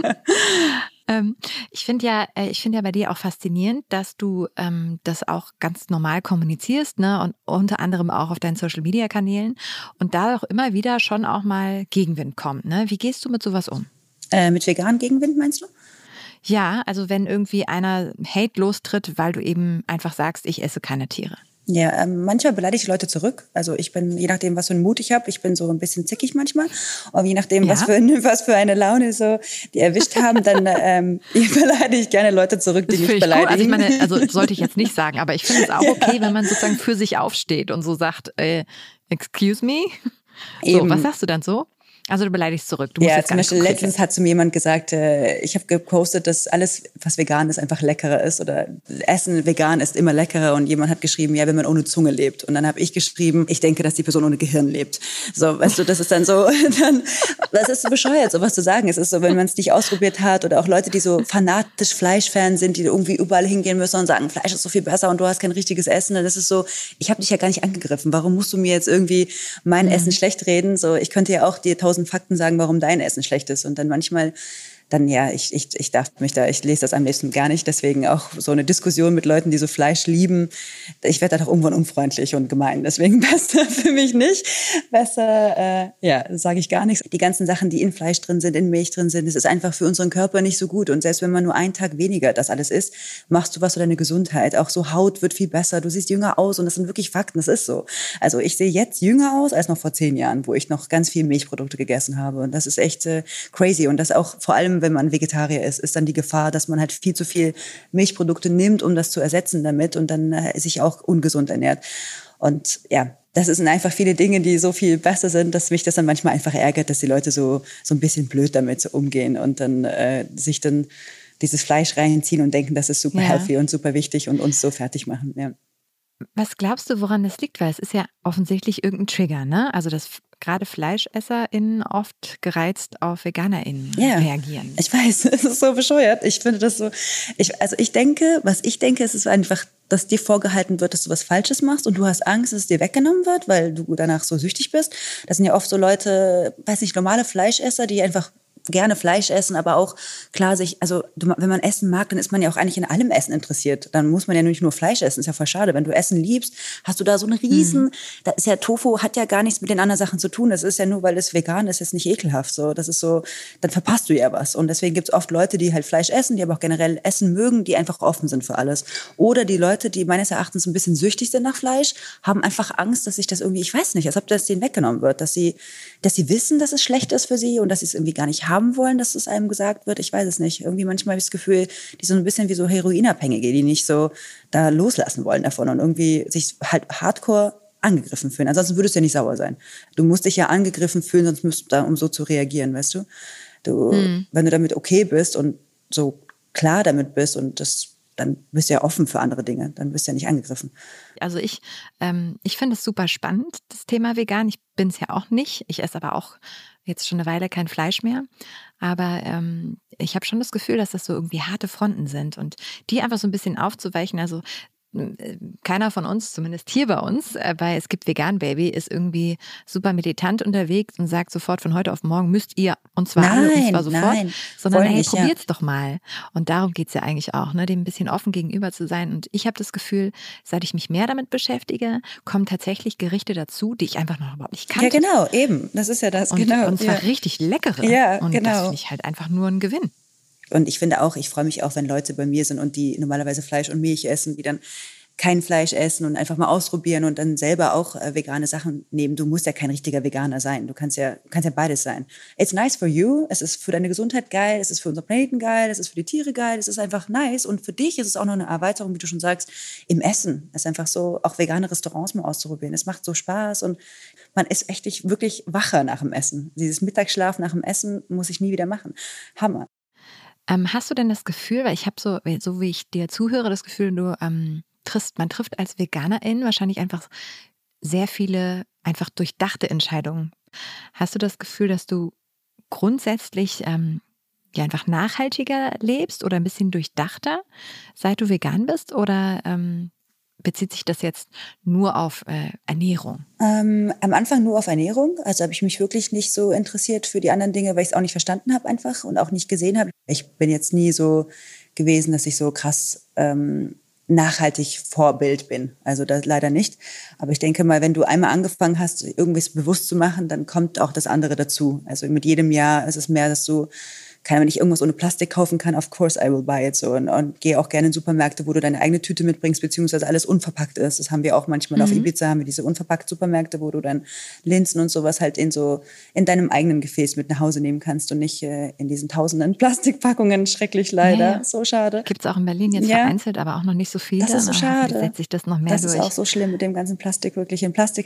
Ja. Ich finde ja bei dir auch faszinierend, dass du das auch ganz normal kommunizierst, ne? Und unter anderem auch auf deinen Social-Media-Kanälen und da auch immer wieder schon auch mal Gegenwind kommt. Ne? Wie gehst du mit sowas um? Mit veganem Gegenwind meinst du? Ja, also wenn irgendwie einer Hate lostritt, weil du eben einfach sagst, ich esse keine Tiere. Ja, manchmal beleidige ich Leute zurück. Also ich bin, je nachdem, was für einen Mut ich habe, ich bin so ein bisschen zickig manchmal. Und je nachdem, was für eine Laune so die erwischt haben, dann beleidige ich gerne Leute zurück, die mich beleidigen. Cool. Also sollte ich jetzt nicht sagen, aber ich finde es auch okay, wenn man sozusagen für sich aufsteht und so sagt, excuse me? So, was sagst du dann so? Also du beleidigst zurück. Du musst jetzt zum Beispiel letztens hat zu mir jemand gesagt, ich habe gepostet, dass alles, was vegan ist, einfach leckerer ist oder Essen vegan ist immer leckerer und jemand hat geschrieben, ja, wenn man ohne Zunge lebt. Und dann habe ich geschrieben, ich denke, dass die Person ohne Gehirn lebt. So, weißt du, das ist dann so, das ist so bescheuert, sowas zu sagen. Es ist so, wenn man es nicht ausprobiert hat oder auch Leute, die so fanatisch Fleischfan sind, die irgendwie überall hingehen müssen und sagen, Fleisch ist so viel besser und du hast kein richtiges Essen. Und das ist so, ich habe dich ja gar nicht angegriffen. Warum musst du mir jetzt irgendwie mein Essen schlecht reden? So, ich könnte ja auch dir 1000 Fakten sagen, warum dein Essen schlecht ist. Und dann manchmal, ich lese das am liebsten gar nicht. Deswegen auch so eine Diskussion mit Leuten, die so Fleisch lieben. Ich werde da doch irgendwann unfreundlich und gemein. Deswegen besser für mich nicht. Besser, sage ich gar nichts. Die ganzen Sachen, die in Fleisch drin sind, in Milch drin sind, das ist einfach für unseren Körper nicht so gut. Und selbst wenn man nur einen Tag weniger das alles isst, machst du was für deine Gesundheit. Auch so Haut wird viel besser. Du siehst jünger aus und das sind wirklich Fakten. Das ist so. Also ich sehe jetzt jünger aus als noch vor 10 Jahren, wo ich noch ganz viel Milchprodukte gegessen habe. Und das ist echt crazy. Und das auch vor allem, wenn man Vegetarier ist dann die Gefahr, dass man halt viel zu viel Milchprodukte nimmt, um das zu ersetzen damit und dann sich auch ungesund ernährt. Und ja, das sind einfach viele Dinge, die so viel besser sind, dass mich das dann manchmal einfach ärgert, dass die Leute so ein bisschen blöd damit so umgehen und dann sich dann dieses Fleisch reinziehen und denken, das ist super healthy und super wichtig und uns so fertig machen. Ja. Was glaubst du, woran das liegt? Weil es ist ja offensichtlich irgendein Trigger, ne? Also dass gerade FleischesserInnen oft gereizt auf VeganerInnen reagieren. Ich weiß, es ist so bescheuert. Ich finde das so, ich denke, es ist einfach, dass dir vorgehalten wird, dass du was Falsches machst und du hast Angst, dass es dir weggenommen wird, weil du danach so süchtig bist. Das sind ja oft so Leute, weiß nicht, normale Fleischesser, die einfach gerne Fleisch essen, aber auch klar wenn man Essen mag, dann ist man ja auch eigentlich in allem Essen interessiert. Dann muss man ja nicht nur Fleisch essen, ist ja voll schade. Wenn du Essen liebst, hast du da so eine da ist ja Tofu, hat ja gar nichts mit den anderen Sachen zu tun. Das ist ja nur, weil es vegan ist, jetzt nicht ekelhaft. So, das ist so, dann verpasst du ja was. Und deswegen gibt es oft Leute, die halt Fleisch essen, die aber auch generell Essen mögen, die einfach offen sind für alles. Oder die Leute, die meines Erachtens ein bisschen süchtig sind nach Fleisch, haben einfach Angst, dass sich das irgendwie, ich weiß nicht, als ob das denen weggenommen wird, dass sie wissen, dass es schlecht ist für sie und dass sie es irgendwie gar nicht haben wollen, dass es einem gesagt wird. Ich weiß es nicht. Irgendwie manchmal habe ich das Gefühl, die sind ein bisschen wie so Heroinabhängige, die nicht so da loslassen wollen davon und irgendwie sich halt hardcore angegriffen fühlen. Ansonsten würdest du ja nicht sauer sein. Du musst dich ja angegriffen fühlen, sonst müsstest du da, um so zu reagieren, weißt du? Wenn du damit okay bist und so klar damit bist und dann bist du ja offen für andere Dinge. Dann bist du ja nicht angegriffen. Also ich finde es super spannend, das Thema vegan. Ich bin es ja auch nicht. Ich esse aber auch jetzt schon eine Weile kein Fleisch mehr. Aber ich habe schon das Gefühl, dass das so irgendwie harte Fronten sind. Und die einfach so ein bisschen aufzuweichen, also keiner von uns, zumindest hier bei uns, bei Es gibt Vegan Baby, ist irgendwie super militant unterwegs und sagt sofort von heute auf morgen müsst ihr, und zwar alle, und zwar sofort, sondern hey, probiert's doch mal. Und darum geht's ja eigentlich auch, ne, dem ein bisschen offen gegenüber zu sein. Und ich habe das Gefühl, seit ich mich mehr damit beschäftige, kommen tatsächlich Gerichte dazu, die ich einfach noch überhaupt nicht kannte. Ja, genau, eben. Das ist ja das, und, genau. Und zwar richtig leckere. Ja, und genau. Das finde ich halt einfach nur ein Gewinn. Und ich finde auch, ich freue mich auch, wenn Leute bei mir sind und die normalerweise Fleisch und Milch essen, die dann kein Fleisch essen und einfach mal ausprobieren und dann selber auch vegane Sachen nehmen. Du musst ja kein richtiger Veganer sein. Du kannst ja beides sein. It's nice for you. Es ist für deine Gesundheit geil. Es ist für unseren Planeten geil. Es ist für die Tiere geil. Es ist einfach nice. Und für dich ist es auch noch eine Erweiterung, wie du schon sagst, im Essen. Es ist einfach so, auch vegane Restaurants mal auszuprobieren. Es macht so Spaß und man ist echt wirklich wacher nach dem Essen. Dieses Mittagsschlaf nach dem Essen muss ich nie wieder machen. Hammer. Hast du denn das Gefühl, weil ich habe so wie ich dir zuhöre, das Gefühl, man trifft als Veganerin wahrscheinlich einfach sehr viele einfach durchdachte Entscheidungen. Hast du das Gefühl, dass du grundsätzlich einfach nachhaltiger lebst oder ein bisschen durchdachter, seit du vegan bist? Oder bezieht sich das jetzt nur auf Ernährung? Am Anfang nur auf Ernährung. Also habe ich mich wirklich nicht so interessiert für die anderen Dinge, weil ich es auch nicht verstanden habe einfach und auch nicht gesehen habe. Ich bin jetzt nie so gewesen, dass ich so krass nachhaltig Vorbild bin. Also das leider nicht. Aber ich denke mal, wenn du einmal angefangen hast, irgendwas bewusst zu machen, dann kommt auch das andere dazu. Also mit jedem Jahr ist es mehr, dass du, wenn ich irgendwas ohne Plastik kaufen kann, of course I will buy it. So. Und gehe auch gerne in Supermärkte, wo du deine eigene Tüte mitbringst, beziehungsweise alles unverpackt ist. Das haben wir auch manchmal auf Ibiza, haben wir diese unverpackt Supermärkte, wo du dann Linsen und sowas halt in deinem eigenen Gefäß mit nach Hause nehmen kannst und nicht in diesen tausenden Plastikpackungen. Schrecklich leider. Ja. So schade. Gibt es auch in Berlin jetzt vereinzelt, aber auch noch nicht so viele. Das ist so schade. Setzt sich das noch mehr das durch. Das ist auch so schlimm mit dem ganzen Plastik, wirklich in Plastik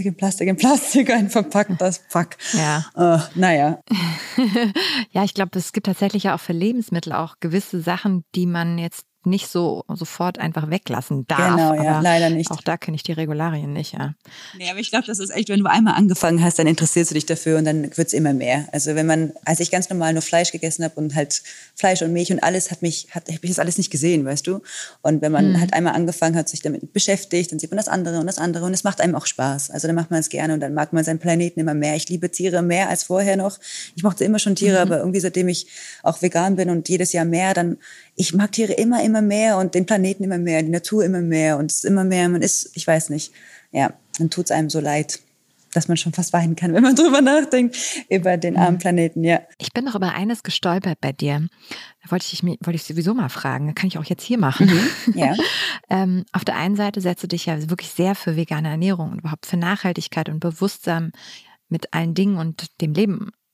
ein verpacktes Pack. Ja. Naja. Ja, ich glaube, es gibt tatsächlich ja auch für Lebensmittel auch gewisse Sachen, die man jetzt nicht so sofort einfach weglassen darf. Genau, ja, aber leider nicht. Auch da kenne ich die Regularien nicht, ja. Nee, aber ich glaube, das ist echt, wenn du einmal angefangen hast, dann interessierst du dich dafür und dann wird es immer mehr. Also als ich ganz normal nur Fleisch gegessen habe und halt Fleisch und Milch und alles, habe ich das alles nicht gesehen, weißt du? Und wenn man halt einmal angefangen hat, sich damit beschäftigt, dann sieht man das andere und es macht einem auch Spaß. Also dann macht man es gerne und dann mag man seinen Planeten immer mehr. Ich liebe Tiere mehr als vorher noch. Ich mochte immer schon Tiere, aber irgendwie seitdem ich auch vegan bin und jedes Jahr mehr, ich mag Tiere immer mehr und den Planeten immer mehr, die Natur immer mehr und es ist immer mehr, ich weiß nicht, ja, dann tut es einem so leid, dass man schon fast weinen kann, wenn man drüber nachdenkt, über den armen Planeten, ja. Ich bin noch über eines gestolpert bei dir. Da wollte ich sowieso mal fragen, das kann ich auch jetzt hier machen. Ja. Auf der einen Seite setzt du dich ja wirklich sehr für vegane Ernährung und überhaupt für Nachhaltigkeit und Bewusstsein mit allen Dingen und dem Leben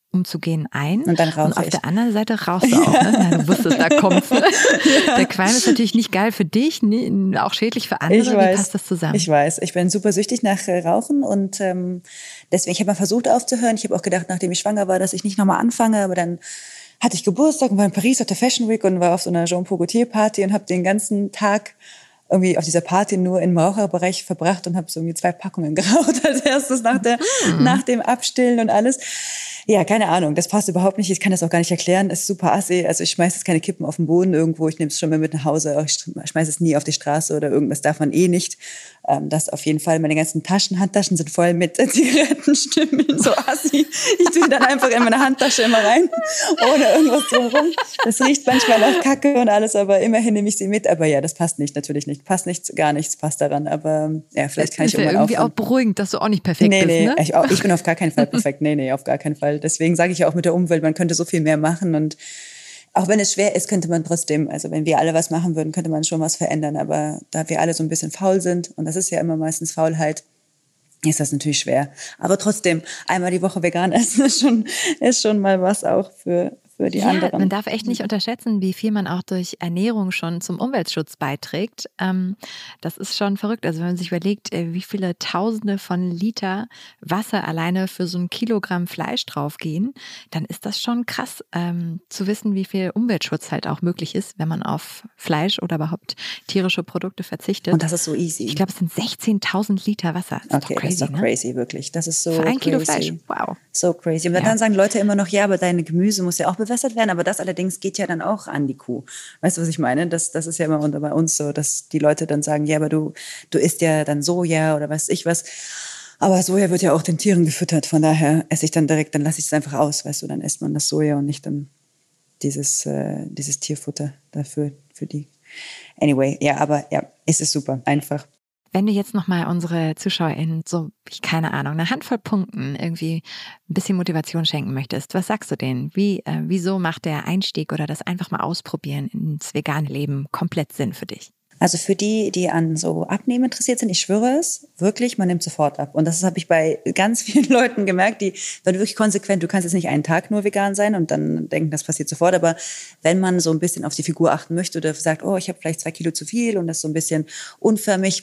umzugehen ein. Und dann rauche ich. Und auf der anderen Seite rauchst du auch. Ne? Na, du wusstest, da kommt's. Ne? Ja. Der Qualm ist natürlich nicht geil für dich, auch schädlich für andere. Wie passt das zusammen? Ich weiß, ich bin super süchtig nach Rauchen und deswegen, ich habe mal versucht aufzuhören. Ich habe auch gedacht, nachdem ich schwanger war, dass ich nicht nochmal anfange, aber dann hatte ich Geburtstag und war in Paris auf der Fashion Week und war auf so einer Jean-Paul Gaultier Party und habe den ganzen Tag irgendwie auf dieser Party nur im Raucherbereich verbracht und habe so irgendwie 2 Packungen geraucht als erstes nach dem Abstillen und alles. Ja, keine Ahnung, das passt überhaupt nicht. Ich kann das auch gar nicht erklären. Es ist super assi. Also ich schmeiße jetzt keine Kippen auf den Boden irgendwo. Ich nehme es schon mal mit nach Hause. Ich schmeiße es nie auf die Straße oder irgendwas. Darf man eh nicht. Das auf jeden Fall. Meine ganzen Handtaschen sind voll mit Zigarettenstümmeln. So assi. Ich tue die dann einfach in meine Handtasche immer rein, ohne irgendwas drumherum. Das riecht manchmal auch kacke und alles, aber immerhin nehme ich sie mit. Aber ja, das passt nicht, natürlich nicht. Passt nichts, gar nichts passt daran. Aber ja, vielleicht kann ich irgendwann aufhören. Irgendwie auch beruhigend, dass du auch nicht perfekt bist, ne? Ich bin auf gar keinen Fall perfekt. Nee, auf gar keinen Fall. Deswegen sage ich ja auch mit der Umwelt, man könnte so viel mehr machen und auch wenn es schwer ist, könnte man trotzdem, also wenn wir alle was machen würden, könnte man schon was verändern, aber da wir alle so ein bisschen faul sind und das ist ja immer meistens Faulheit, ist das natürlich schwer. Aber trotzdem, einmal die Woche vegan essen ist schon mal was auch für die anderen. Man darf echt nicht unterschätzen, wie viel man auch durch Ernährung schon zum Umweltschutz beiträgt. Das ist schon verrückt. Also wenn man sich überlegt, wie viele Tausende von Liter Wasser alleine für so ein Kilogramm Fleisch draufgehen, dann ist das schon krass zu wissen, wie viel Umweltschutz halt auch möglich ist, wenn man auf Fleisch oder überhaupt tierische Produkte verzichtet. Und das ist so easy. Ich glaube, es sind 16.000 Liter Wasser. Das ist das ist doch crazy, wirklich. Das ist so für 1 crazy. Kilo Fleisch, wow. So crazy. Und dann sagen Leute immer noch, ja, aber deine Gemüse muss ja auch bewässert werden, aber das allerdings geht ja dann auch an die Kuh. Weißt du, was ich meine? Das ist ja immer bei uns so, dass die Leute dann sagen, ja, aber du isst ja dann Soja oder weiß ich was. Aber Soja wird ja auch den Tieren gefüttert, von daher esse ich dann direkt, dann lasse ich es einfach aus, weißt du, dann isst man das Soja und nicht dann dieses Tierfutter dafür, für die. Anyway, ja, aber ja, es ist super, einfach. Wenn du jetzt nochmal unsere ZuschauerInnen so, keine Ahnung, eine Handvoll Punkten irgendwie ein bisschen Motivation schenken möchtest, was sagst du denen? Wieso macht der Einstieg oder das einfach mal ausprobieren ins vegane Leben komplett Sinn für dich? Also für die an so Abnehmen interessiert sind, ich schwöre es, wirklich, man nimmt sofort ab. Und das habe ich bei ganz vielen Leuten gemerkt, die waren wirklich konsequent, du kannst jetzt nicht einen Tag nur vegan sein und dann denken, das passiert sofort. Aber wenn man so ein bisschen auf die Figur achten möchte oder sagt, oh, ich habe vielleicht 2 Kilo zu viel und das ist so ein bisschen unförmig,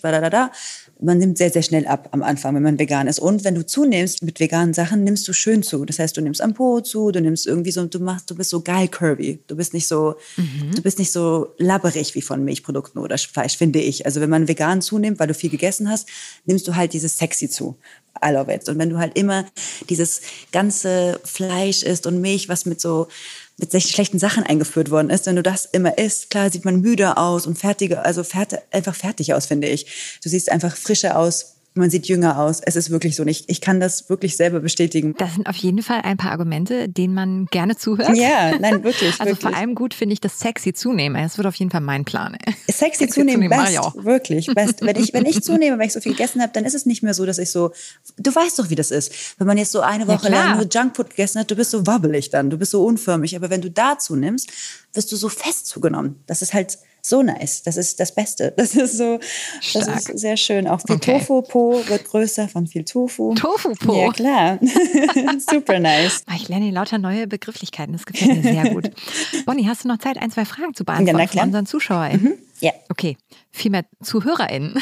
man nimmt sehr, sehr schnell ab am Anfang, wenn man vegan ist. Und wenn du zunimmst mit veganen Sachen, nimmst du schön zu. Das heißt, du nimmst am Po zu, du nimmst irgendwie so, du bist so geil curvy. Du bist nicht so labberig wie von Milchprodukten oder Fleisch, finde ich. Also wenn man vegan zunimmt, weil du viel gegessen hast, nimmst du halt dieses sexy zu. I love it. Und wenn du halt immer dieses ganze Fleisch isst und Milch, was mit solchen schlechten Sachen eingeführt worden ist, wenn du das immer isst, klar sieht man müde aus und einfach fertig aus, finde ich. Du siehst einfach frischer aus, man sieht jünger aus. Es ist wirklich so nicht. Ich kann das wirklich selber bestätigen. Das sind auf jeden Fall ein paar Argumente, denen man gerne zuhört. Ja, nein, wirklich. Also wirklich. vor allem gut finde ich das sexy zunehmen. Das wird auf jeden Fall mein Plan. Sexy zunehmen, best. Wirklich, best. Wenn ich zunehme, weil ich so viel gegessen habe, dann ist es nicht mehr so, dass ich so, du weißt doch, wie das ist. Wenn man jetzt so eine Woche lang nur Junkfood gegessen hat, du bist so wabbelig dann, du bist so unförmig. Aber wenn du da zunimmst, wirst du so fest zugenommen. Das ist halt so nice. Das ist das Beste. Das ist sehr schön. Auch viel Tofu-Po wird größer von viel Tofu. Tofu-Po? Ja, klar. Super nice. Ich lerne lauter neue Begrifflichkeiten. Das gefällt mir sehr gut. Bonnie, hast du noch Zeit, 1, 2 Fragen zu beantworten von unseren ZuschauerInnen? Ja. Okay, vielmehr ZuhörerInnen.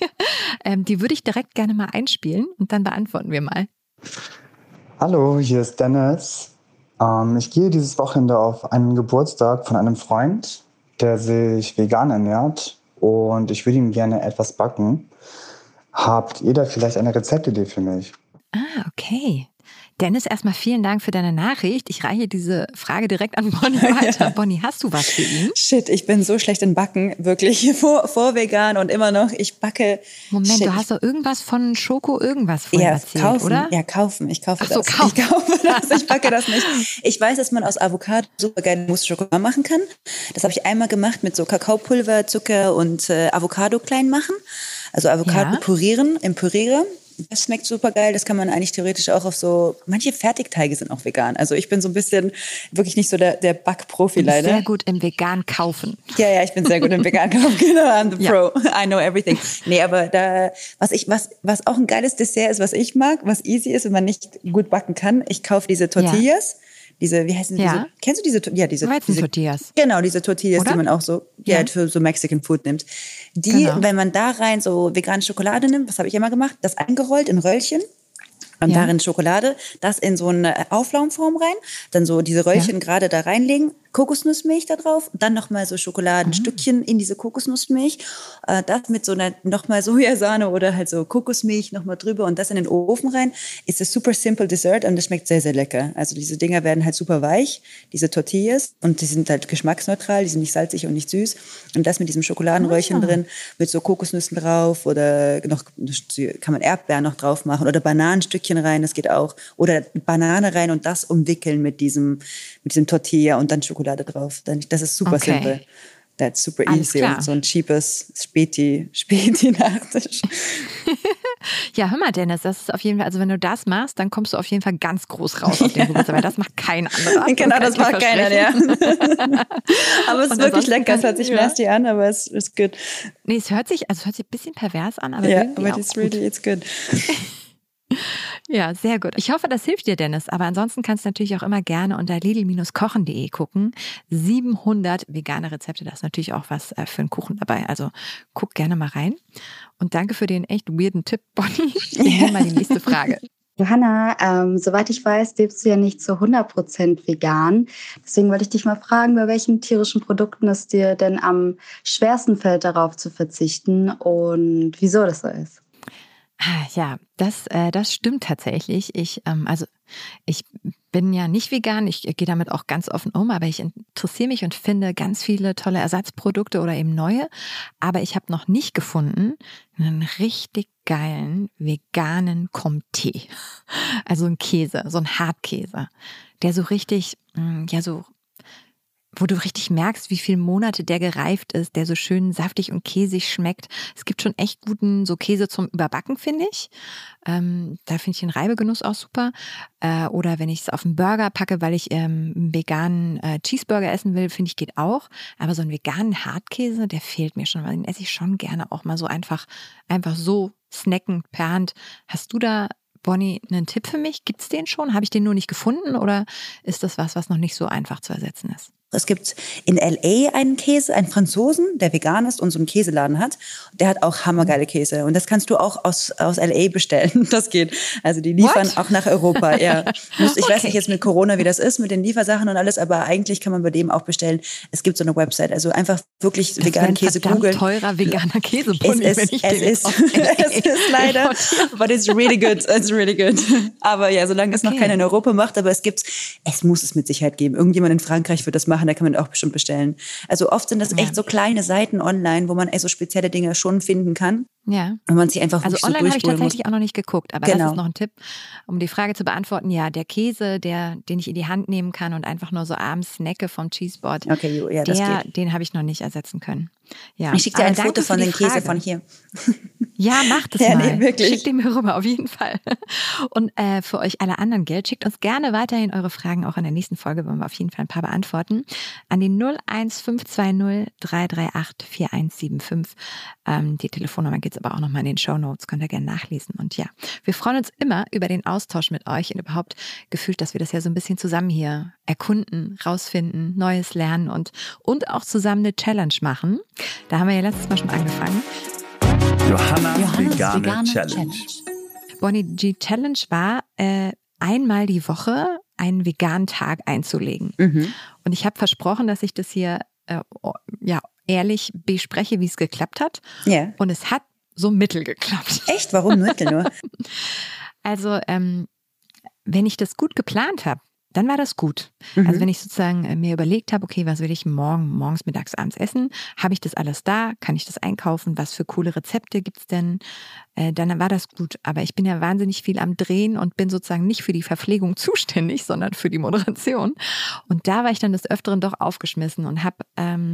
Die würde ich direkt gerne mal einspielen und dann beantworten wir mal. Hallo, hier ist Dennis. Ich gehe dieses Wochenende auf einen Geburtstag von einem Freund, der sich vegan ernährt und ich würde ihm gerne etwas backen. Habt ihr da vielleicht eine Rezeptidee für mich? Okay. Dennis, erstmal vielen Dank für deine Nachricht. Ich reiche diese Frage direkt an Bonnie weiter. Bonnie, hast du was für ihn? Shit, ich bin so schlecht in Backen, wirklich, vor vegan und immer noch. Ich backe. Moment, du hast doch irgendwas von Schoko irgendwas vorhin erzählt, kaufen, oder? Ja, kaufen. Ich kaufe das. Ich kaufe das, ich backe das nicht. Ich weiß, dass man aus Avocado super geile Mousse-Schokolade machen kann. Das habe ich einmal gemacht mit so Kakaopulver, Zucker und Avocado klein machen. Also Avocado pürieren im Pürierer. Das schmeckt super geil. Das kann man eigentlich theoretisch auch auf so, manche Fertigteige sind auch vegan. Also ich bin so ein bisschen wirklich nicht so der Backprofi leider. Sehr gut im Vegan kaufen. Ja, ich bin sehr gut im Vegan kaufen. Genau, I'm the pro. I know everything. Nee, aber da, was auch ein geiles Dessert ist, was ich mag, was easy ist, wenn man nicht gut backen kann, ich kaufe diese Tortillas. Diese, wie heißen diese? Kennst du diese? Ja, diese Weizen-Tortillas. Genau, diese Tortillas, oder? Die man auch so für so Mexican Food nimmt. Die, wenn man da rein so vegane Schokolade nimmt, was habe ich immer gemacht? Das eingerollt in Röllchen. Und darin Schokolade, das in so eine Auflaufform rein, dann so diese Röllchen gerade da reinlegen, Kokosnussmilch da drauf, dann nochmal so Schokoladenstückchen in diese Kokosnussmilch, das mit so einer nochmal Sojasahne oder halt so Kokosmilch nochmal drüber und das in den Ofen rein, ist das super simple Dessert und das schmeckt sehr, sehr lecker. Also diese Dinger werden halt super weich, diese Tortillas, und die sind halt geschmacksneutral, die sind nicht salzig und nicht süß, und das mit diesem Schokoladenröllchen drin, mit so Kokosnüssen drauf oder noch kann man Erdbeeren noch drauf machen oder Bananenstückchen rein, das geht auch, oder Banane rein und das umwickeln mit diesem Tortilla und dann Schokolade drauf. Das ist super simpel. That's super easy und so ein cheapes Späti-Nachtisch. Ja, hör mal, Dennis, das ist auf jeden Fall, also wenn du das machst, dann kommst du auf jeden Fall ganz groß raus auf den Geburtstag, weil das macht kein anderer. Genau, das macht keiner, ja. Aber es ist wirklich lecker, es hört sich nasty an, aber es ist gut. Nee, es hört sich ein bisschen pervers an, aber irgendwie aber it's good. Ja, sehr gut. Ich hoffe, das hilft dir, Dennis. Aber ansonsten kannst du natürlich auch immer gerne unter lidl-kochen.de gucken. 700 vegane Rezepte, da ist natürlich auch was für einen Kuchen dabei. Also guck gerne mal rein. Und danke für den echt weirden Tipp, Bonnie. Ich nehme mal die nächste Frage. Johanna, soweit ich weiß, lebst du ja nicht zu 100% vegan. Deswegen wollte ich dich mal fragen, bei welchen tierischen Produkten es dir denn am schwersten fällt, darauf zu verzichten und wieso das so ist. Ja, das stimmt tatsächlich. Ich bin ja nicht vegan, ich gehe damit auch ganz offen um, aber ich interessiere mich und finde ganz viele tolle Ersatzprodukte oder eben neue. Aber ich habe noch nicht gefunden einen richtig geilen veganen Comté. Also ein Käse, so ein Hartkäse, der so richtig, wo du richtig merkst, wie viele Monate der gereift ist, der so schön saftig und käsig schmeckt. Es gibt schon echt guten so Käse zum Überbacken, finde ich. Da finde ich den Reibegenuss auch super. Oder wenn ich es auf einen Burger packe, weil ich einen veganen Cheeseburger essen will, finde ich, geht auch. Aber so einen veganen Hartkäse, der fehlt mir schon, weil den esse ich schon gerne auch mal so einfach so snacken per Hand. Hast du da, Bonnie, einen Tipp für mich? Gibt's den schon? Habe ich den nur nicht gefunden oder ist das was noch nicht so einfach zu ersetzen ist? Es gibt in L.A. einen Käse, einen Franzosen, der vegan ist und so einen Käseladen hat. Der hat auch hammergeile Käse. Und das kannst du auch aus L.A. bestellen. Das geht. Also die liefern auch nach Europa. Ja. Ich weiß nicht jetzt mit Corona, wie das ist, mit den Liefersachen und alles, aber eigentlich kann man bei dem auch bestellen. Es gibt so eine Website. Also einfach wirklich das veganen Käse googeln. Teurer veganer Käse. Es ist leider, but it's really good. It's really good. Aber ja, solange es noch keiner in Europa macht, aber es muss es mit Sicherheit geben. Irgendjemand in Frankreich wird das machen. Da kann man auch bestimmt bestellen. Also oft sind das echt so kleine Seiten online, wo man so spezielle Dinge schon finden kann. Ja. Und man sich einfach also so online habe ich tatsächlich muss. auch noch nicht geguckt, aber das ist noch ein Tipp, um die Frage zu beantworten. Ja, der Käse, den ich in die Hand nehmen kann und einfach nur so abends snacke vom Cheeseboard, den habe ich noch nicht ersetzen können. Ja. Ich schicke dir ein Foto von dem Käse von hier. Ja, macht es mal. Nee, wirklich. Schickt den mir rüber, auf jeden Fall. Und für euch alle anderen gilt, schickt uns gerne weiterhin eure Fragen, auch in der nächsten Folge wollen wir auf jeden Fall ein paar beantworten, an die 01520 338 4175. Die Telefonnummer gibt's aber auch nochmal in den Shownotes, könnt ihr gerne nachlesen. Und ja, wir freuen uns immer über den Austausch mit euch und überhaupt gefühlt, dass wir das ja so ein bisschen zusammen hier erkunden, rausfinden, Neues lernen und auch zusammen eine Challenge machen. Da haben wir ja letztes Mal schon angefangen. Johannas vegane Challenge. Bonnie, die Challenge war, einmal die Woche einen veganen Tag einzulegen. Und ich habe versprochen, dass ich das hier ehrlich bespreche, wie es geklappt hat. Ja. Und es hat so mittel geklappt. Echt? Warum mittel nur? Also, wenn ich das gut geplant habe, dann war das gut. Also wenn ich sozusagen mir überlegt habe, okay, was will ich morgens, mittags, abends essen, habe ich das alles da, kann ich das einkaufen, was für coole Rezepte gibt's denn, dann war das gut. Aber ich bin ja wahnsinnig viel am Drehen und bin sozusagen nicht für die Verpflegung zuständig, sondern für die Moderation. Und da war ich dann des Öfteren doch aufgeschmissen und habe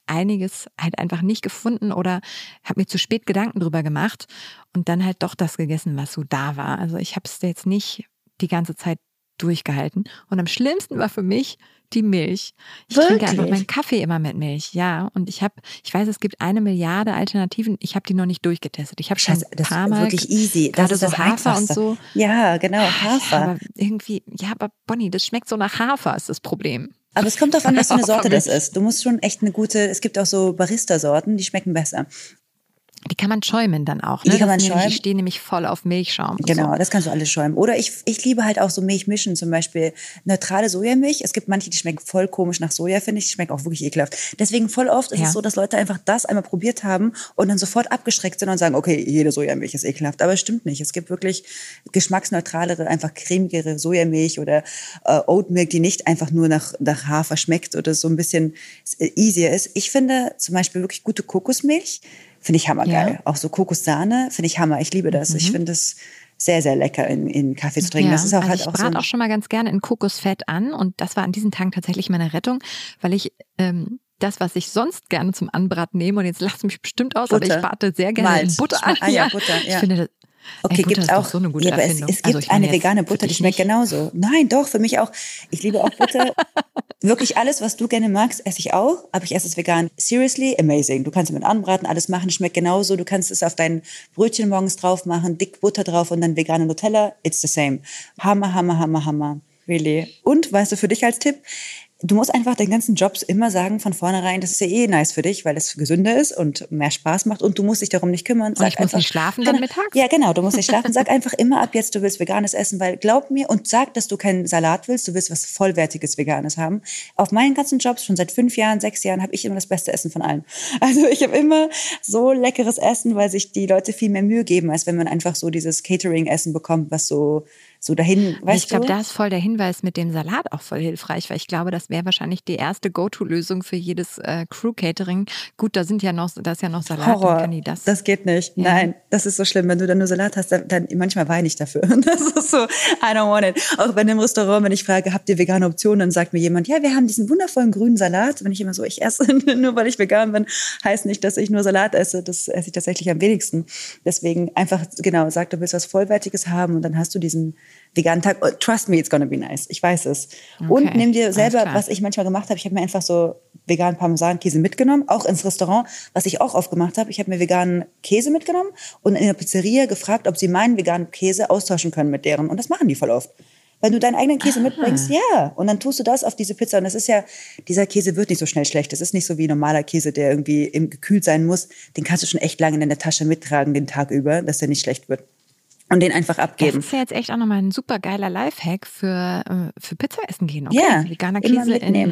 einiges halt einfach nicht gefunden oder habe mir zu spät Gedanken drüber gemacht und dann halt doch das gegessen, was so da war. Also ich habe es jetzt nicht die ganze Zeit durchgehalten. Und am schlimmsten war für mich die Milch. Ich trinke einfach meinen Kaffee immer mit Milch, ja. Und ich weiß, es gibt 1 Milliarde Alternativen. Ich habe die noch nicht durchgetestet. Ich habe schon ein paar Mal wirklich easy. Das ist so das Hafer Einfachste. Und so. Ja, genau, Hafer. Aber irgendwie, aber Bonnie, das schmeckt so nach Hafer, ist das Problem. Aber es kommt darauf an, was für eine Sorte das ist. Du musst schon echt es gibt auch so Barista-Sorten, die schmecken besser. Die kann man schäumen dann auch. Ne? Die kann man schäumen. Die stehen nämlich voll auf Milchschaum. Genau, so. Das kannst du alles schäumen. Oder ich liebe halt auch so Milchmischen, zum Beispiel neutrale Sojamilch. Es gibt manche, die schmecken voll komisch nach Soja, finde ich. Die schmecken auch wirklich ekelhaft. Deswegen voll oft ist es so, dass Leute einfach das einmal probiert haben und dann sofort abgeschreckt sind und sagen, okay, jede Sojamilch ist ekelhaft. Aber es stimmt nicht. Es gibt wirklich geschmacksneutralere, einfach cremigere Sojamilch oder Oatmilk, die nicht einfach nur nach Hafer schmeckt oder so ein bisschen easier ist. Ich finde zum Beispiel wirklich gute Kokosmilch. Finde ich hammergeil. Ja. Auch so Kokossahne finde ich Hammer. Ich liebe das. Ich finde das sehr, sehr lecker in Kaffee zu trinken. Ja, das ist auch also halt ich auch brate auch schon mal ganz gerne in Kokosfett an und das war an diesen Tagen tatsächlich meine Rettung, weil ich das, was ich sonst gerne zum Anbraten nehme, und jetzt lacht es mich bestimmt aus, Butter. aber ich brate sehr gerne in Butter an. Ja, Butter, ja. Ich finde das Okay, Butter gibt ist auch doch so eine gute aber Erfindung. es gibt eine vegane Butter, die schmeckt genauso. Nein, doch, für mich auch. Ich liebe auch Butter. Wirklich alles, was du gerne magst, esse ich auch, aber ich esse es vegan. Seriously, amazing. Du kannst damit anbraten, alles machen, schmeckt genauso. Du kannst es auf dein Brötchen morgens drauf machen, dick Butter drauf und dann vegane Nutella. It's the same. Hammer, Hammer, Hammer, Hammer. Really. Und, weißt du, für dich als Tipp, du musst einfach den ganzen Jobs immer sagen von vornherein, das ist ja eh nice für dich, weil es gesünder ist und mehr Spaß macht und du musst dich darum nicht kümmern. Und ich muss nicht schlafen dann mittags? Ja, genau, du musst nicht schlafen. Sag einfach immer ab jetzt, du willst Veganes essen, weil glaub mir und sag, dass du keinen Salat willst, du willst was vollwertiges Veganes haben. Auf meinen ganzen Jobs, schon seit 5 Jahren, 6 Jahren, habe ich immer das beste Essen von allen. Also ich habe immer so leckeres Essen, weil sich die Leute viel mehr Mühe geben, als wenn man einfach so dieses Catering-Essen bekommt, was so dahin, weißt ich glaube, da ist voll der Hinweis mit dem Salat auch voll hilfreich, weil ich glaube, das wäre wahrscheinlich die erste Go-To-Lösung für jedes Crew-Catering. Gut, da ist ja noch Salat. Horror, kann die das geht nicht. Ja. Nein, das ist so schlimm. Wenn du dann nur Salat hast, dann manchmal weine ich dafür. Das ist so, I don't want it. Auch bei einem Restaurant, wenn ich frage, habt ihr vegane Optionen, dann sagt mir jemand, ja, wir haben diesen wundervollen grünen Salat. Wenn ich immer so, ich esse nur, weil ich vegan bin, heißt nicht, dass ich nur Salat esse. Das esse ich tatsächlich am wenigsten. Deswegen einfach, genau, sag, du willst was Vollwertiges haben und dann hast du diesen veganen Tag. Oh, trust me, it's gonna be nice. Ich weiß es. Okay, und nimm dir selber, was ich manchmal gemacht habe, ich habe mir einfach so veganen Parmesankäse mitgenommen, auch ins Restaurant, was ich auch oft gemacht habe. Ich habe mir veganen Käse mitgenommen und in der Pizzeria gefragt, ob sie meinen veganen Käse austauschen können mit deren. Und das machen die voll oft. Wenn du deinen eigenen Käse mitbringst, ja. Und dann tust du das auf diese Pizza. Und das ist ja, dieser Käse wird nicht so schnell schlecht. Das ist nicht so wie normaler Käse, der irgendwie gekühlt sein muss. Den kannst du schon echt lange in der Tasche mittragen, den Tag über, dass der nicht schlecht wird. Und den einfach abgeben. Das ist ja jetzt echt auch nochmal ein super geiler Lifehack für Pizza essen gehen. Okay? Ja, veganer Käse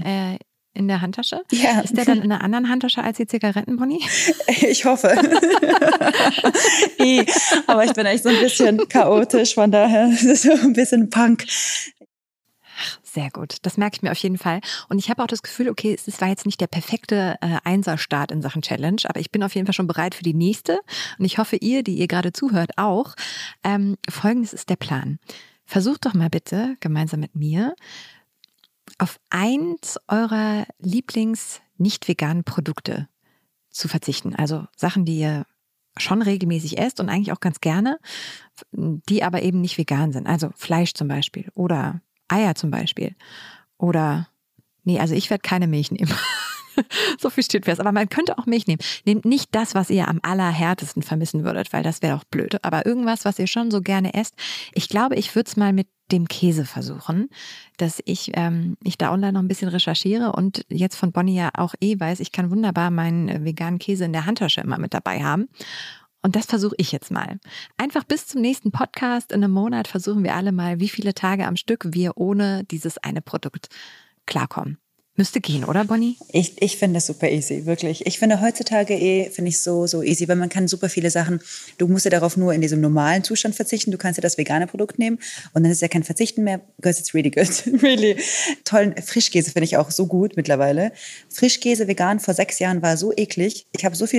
in der Handtasche? Ja. Ist der dann in einer anderen Handtasche als die Zigaretten, Bonnie? Ich hoffe. Aber ich bin echt so ein bisschen chaotisch, von daher so ein bisschen Punk. Sehr gut, das merke ich mir auf jeden Fall. Und ich habe auch das Gefühl, okay, es war jetzt nicht der perfekte Einserstart in Sachen Challenge, aber ich bin auf jeden Fall schon bereit für die nächste. Und ich hoffe, die ihr gerade zuhört, auch. Folgendes ist der Plan. Versucht doch mal bitte, gemeinsam mit mir, auf eins eurer Lieblings-nicht-veganen Produkte zu verzichten. Also Sachen, die ihr schon regelmäßig esst und eigentlich auch ganz gerne, die aber eben nicht vegan sind. Also Fleisch zum Beispiel oder Eier zum Beispiel. Oder, also ich werde keine Milch nehmen. So viel steht fest. Aber man könnte auch Milch nehmen. Nehmt nicht das, was ihr am allerhärtesten vermissen würdet, weil das wäre auch blöd. Aber irgendwas, was ihr schon so gerne esst. Ich glaube, ich würde es mal mit dem Käse versuchen, dass ich da online noch ein bisschen recherchiere und jetzt von Bonnie ja auch weiß, ich kann wunderbar meinen veganen Käse in der Handtasche immer mit dabei haben. Und das versuche ich jetzt mal. Einfach bis zum nächsten Podcast in einem Monat versuchen wir alle mal, wie viele Tage am Stück wir ohne dieses eine Produkt klarkommen. Müsste gehen, oder Bonnie? Ich finde das super easy, wirklich. Ich finde heutzutage finde ich so easy, weil man kann super viele Sachen, du musst ja darauf nur in diesem normalen Zustand verzichten, du kannst ja das vegane Produkt nehmen und dann ist ja kein Verzichten mehr, because it's really good, really. Tollen Frischkäse finde ich auch so gut mittlerweile. Frischkäse vegan vor 6 Jahren war so eklig. Ich habe so viel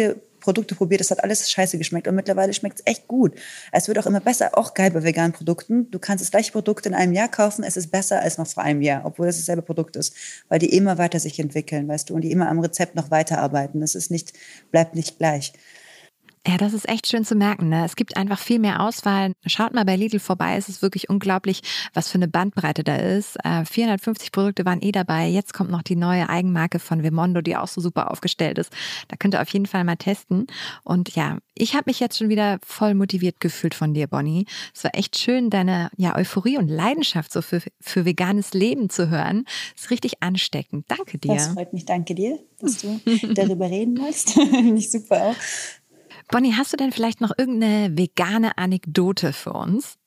Produkte probiert, das hat alles scheiße geschmeckt und mittlerweile schmeckt es echt gut. Es wird auch immer besser, auch geil bei veganen Produkten. Du kannst das gleiche Produkt in einem Jahr kaufen, es ist besser als noch vor einem Jahr, obwohl es dasselbe Produkt ist, weil die immer weiter sich entwickeln, weißt du, und die immer am Rezept noch weiterarbeiten. Das ist nicht, bleibt nicht gleich. Ja, das ist echt schön zu merken, ne? Es gibt einfach viel mehr Auswahl. Schaut mal bei Lidl vorbei, es ist wirklich unglaublich, was für eine Bandbreite da ist. 450 Produkte waren dabei. Jetzt kommt noch die neue Eigenmarke von Vemondo, die auch so super aufgestellt ist. Da könnt ihr auf jeden Fall mal testen. Und ja, ich habe mich jetzt schon wieder voll motiviert gefühlt von dir, Bonnie. Es war echt schön, deine Euphorie und Leidenschaft so für veganes Leben zu hören. Das ist richtig ansteckend. Danke dir. Das freut mich, danke dir, dass du darüber reden wolltest. Finde ich super auch. Bonnie, hast du denn vielleicht noch irgendeine vegane Anekdote für uns?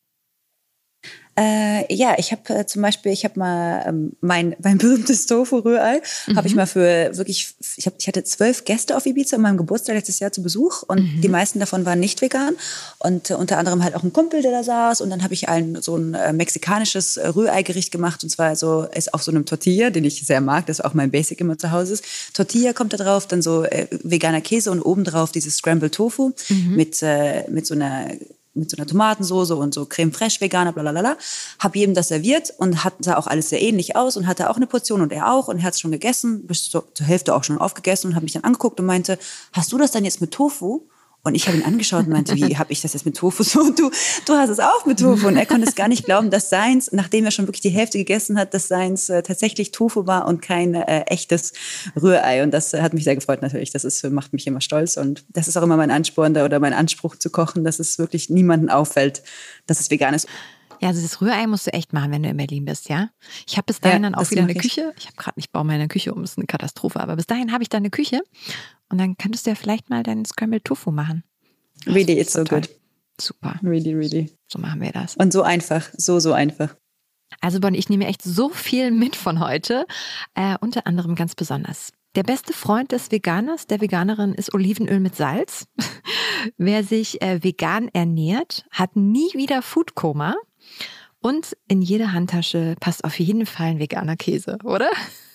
Ja, ich habe zum Beispiel, mal mein berühmtes Tofu-Rührei, habe ich mal für wirklich, ich hatte 12 Gäste auf Ibiza an meinem Geburtstag letztes Jahr zu Besuch und die meisten davon waren nicht vegan und unter anderem halt auch ein Kumpel, der da saß und dann habe ich so ein mexikanisches Rührei-Gericht gemacht und zwar ist auf so einem Tortilla, den ich sehr mag, das auch mein Basic immer zu Hause ist. Tortilla kommt da drauf, dann so veganer Käse und obendrauf dieses Scrambled Tofu mit so einer Tomatensoße und so Creme fraiche veganer, blablabla. Hab jedem das serviert und sah auch alles sehr ähnlich aus und hatte auch eine Portion und er auch und er hat es schon gegessen, bis zur Hälfte auch schon aufgegessen und hat mich dann angeguckt und meinte, hast du das dann jetzt mit Tofu? Und ich habe ihn angeschaut und meinte, wie habe ich das jetzt mit Tofu? So, du hast es auch mit Tofu. Und er konnte es gar nicht glauben, dass seins, nachdem er schon wirklich die Hälfte gegessen hat, dass seins tatsächlich Tofu war und kein echtes Rührei. Und das hat mich sehr gefreut natürlich. Macht mich immer stolz. Und das ist auch immer mein Ansporn oder mein Anspruch zu kochen, dass es wirklich niemandem auffällt, dass es vegan ist. Ja, also das Rührei musst du echt machen, wenn du in Berlin bist, ja? Ich habe bis dahin dann auch wieder eine Küche. Ich baue meine Küche um, das ist eine Katastrophe. Aber bis dahin habe ich da eine Küche und dann könntest du ja vielleicht mal deinen Scrambled Tofu machen. Really, it's so good. Super. Really, really. So machen wir das. Und so einfach, so einfach. Also Bonnie, ich nehme echt so viel mit von heute, unter anderem ganz besonders. Der beste Freund des Veganers, der Veganerin ist Olivenöl mit Salz. Wer sich vegan ernährt, hat nie wieder Foodkoma. Und in jede Handtasche passt auf jeden Fall ein veganer Käse, oder?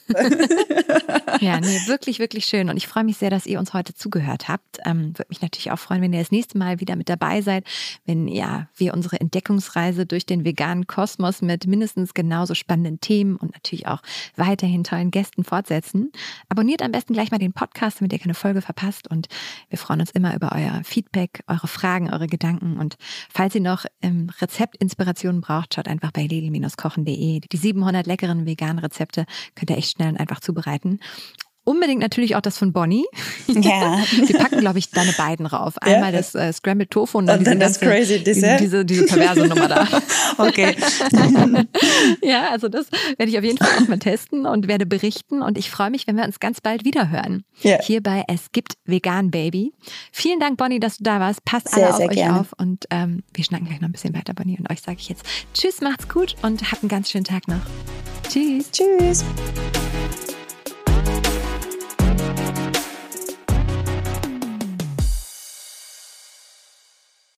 Ja, nee, wirklich, wirklich schön. Und ich freue mich sehr, dass ihr uns heute zugehört habt. Würde mich natürlich auch freuen, wenn ihr das nächste Mal wieder mit dabei seid, wenn wir unsere Entdeckungsreise durch den veganen Kosmos mit mindestens genauso spannenden Themen und natürlich auch weiterhin tollen Gästen fortsetzen. Abonniert am besten gleich mal den Podcast, damit ihr keine Folge verpasst. Und wir freuen uns immer über euer Feedback, eure Fragen, eure Gedanken. Und falls ihr noch Rezeptinspirationen braucht, schaut einfach bei lidl-kochen.de. Die 700 leckeren veganen Rezepte könnt ihr echt schnell und einfach zubereiten. Unbedingt natürlich auch das von Bonnie. Ja. Wir packen, glaube ich, deine beiden rauf. Einmal das Scrambled Tofu und dann das Crazy Dessert. Diese perverse Nummer da. Okay. Ja, also das werde ich auf jeden Fall auch mal testen und werde berichten. Und ich freue mich, wenn wir uns ganz bald wieder hören. Ja. Hier bei Es gibt Vegan Baby. Vielen Dank, Bonnie, dass du da warst. Passt sehr, alle auf sehr euch gerne. auf. Und wir schnacken gleich noch ein bisschen weiter, Bonnie. Und euch sage ich jetzt Tschüss, macht's gut und habt einen ganz schönen Tag noch. Tschüss. Tschüss.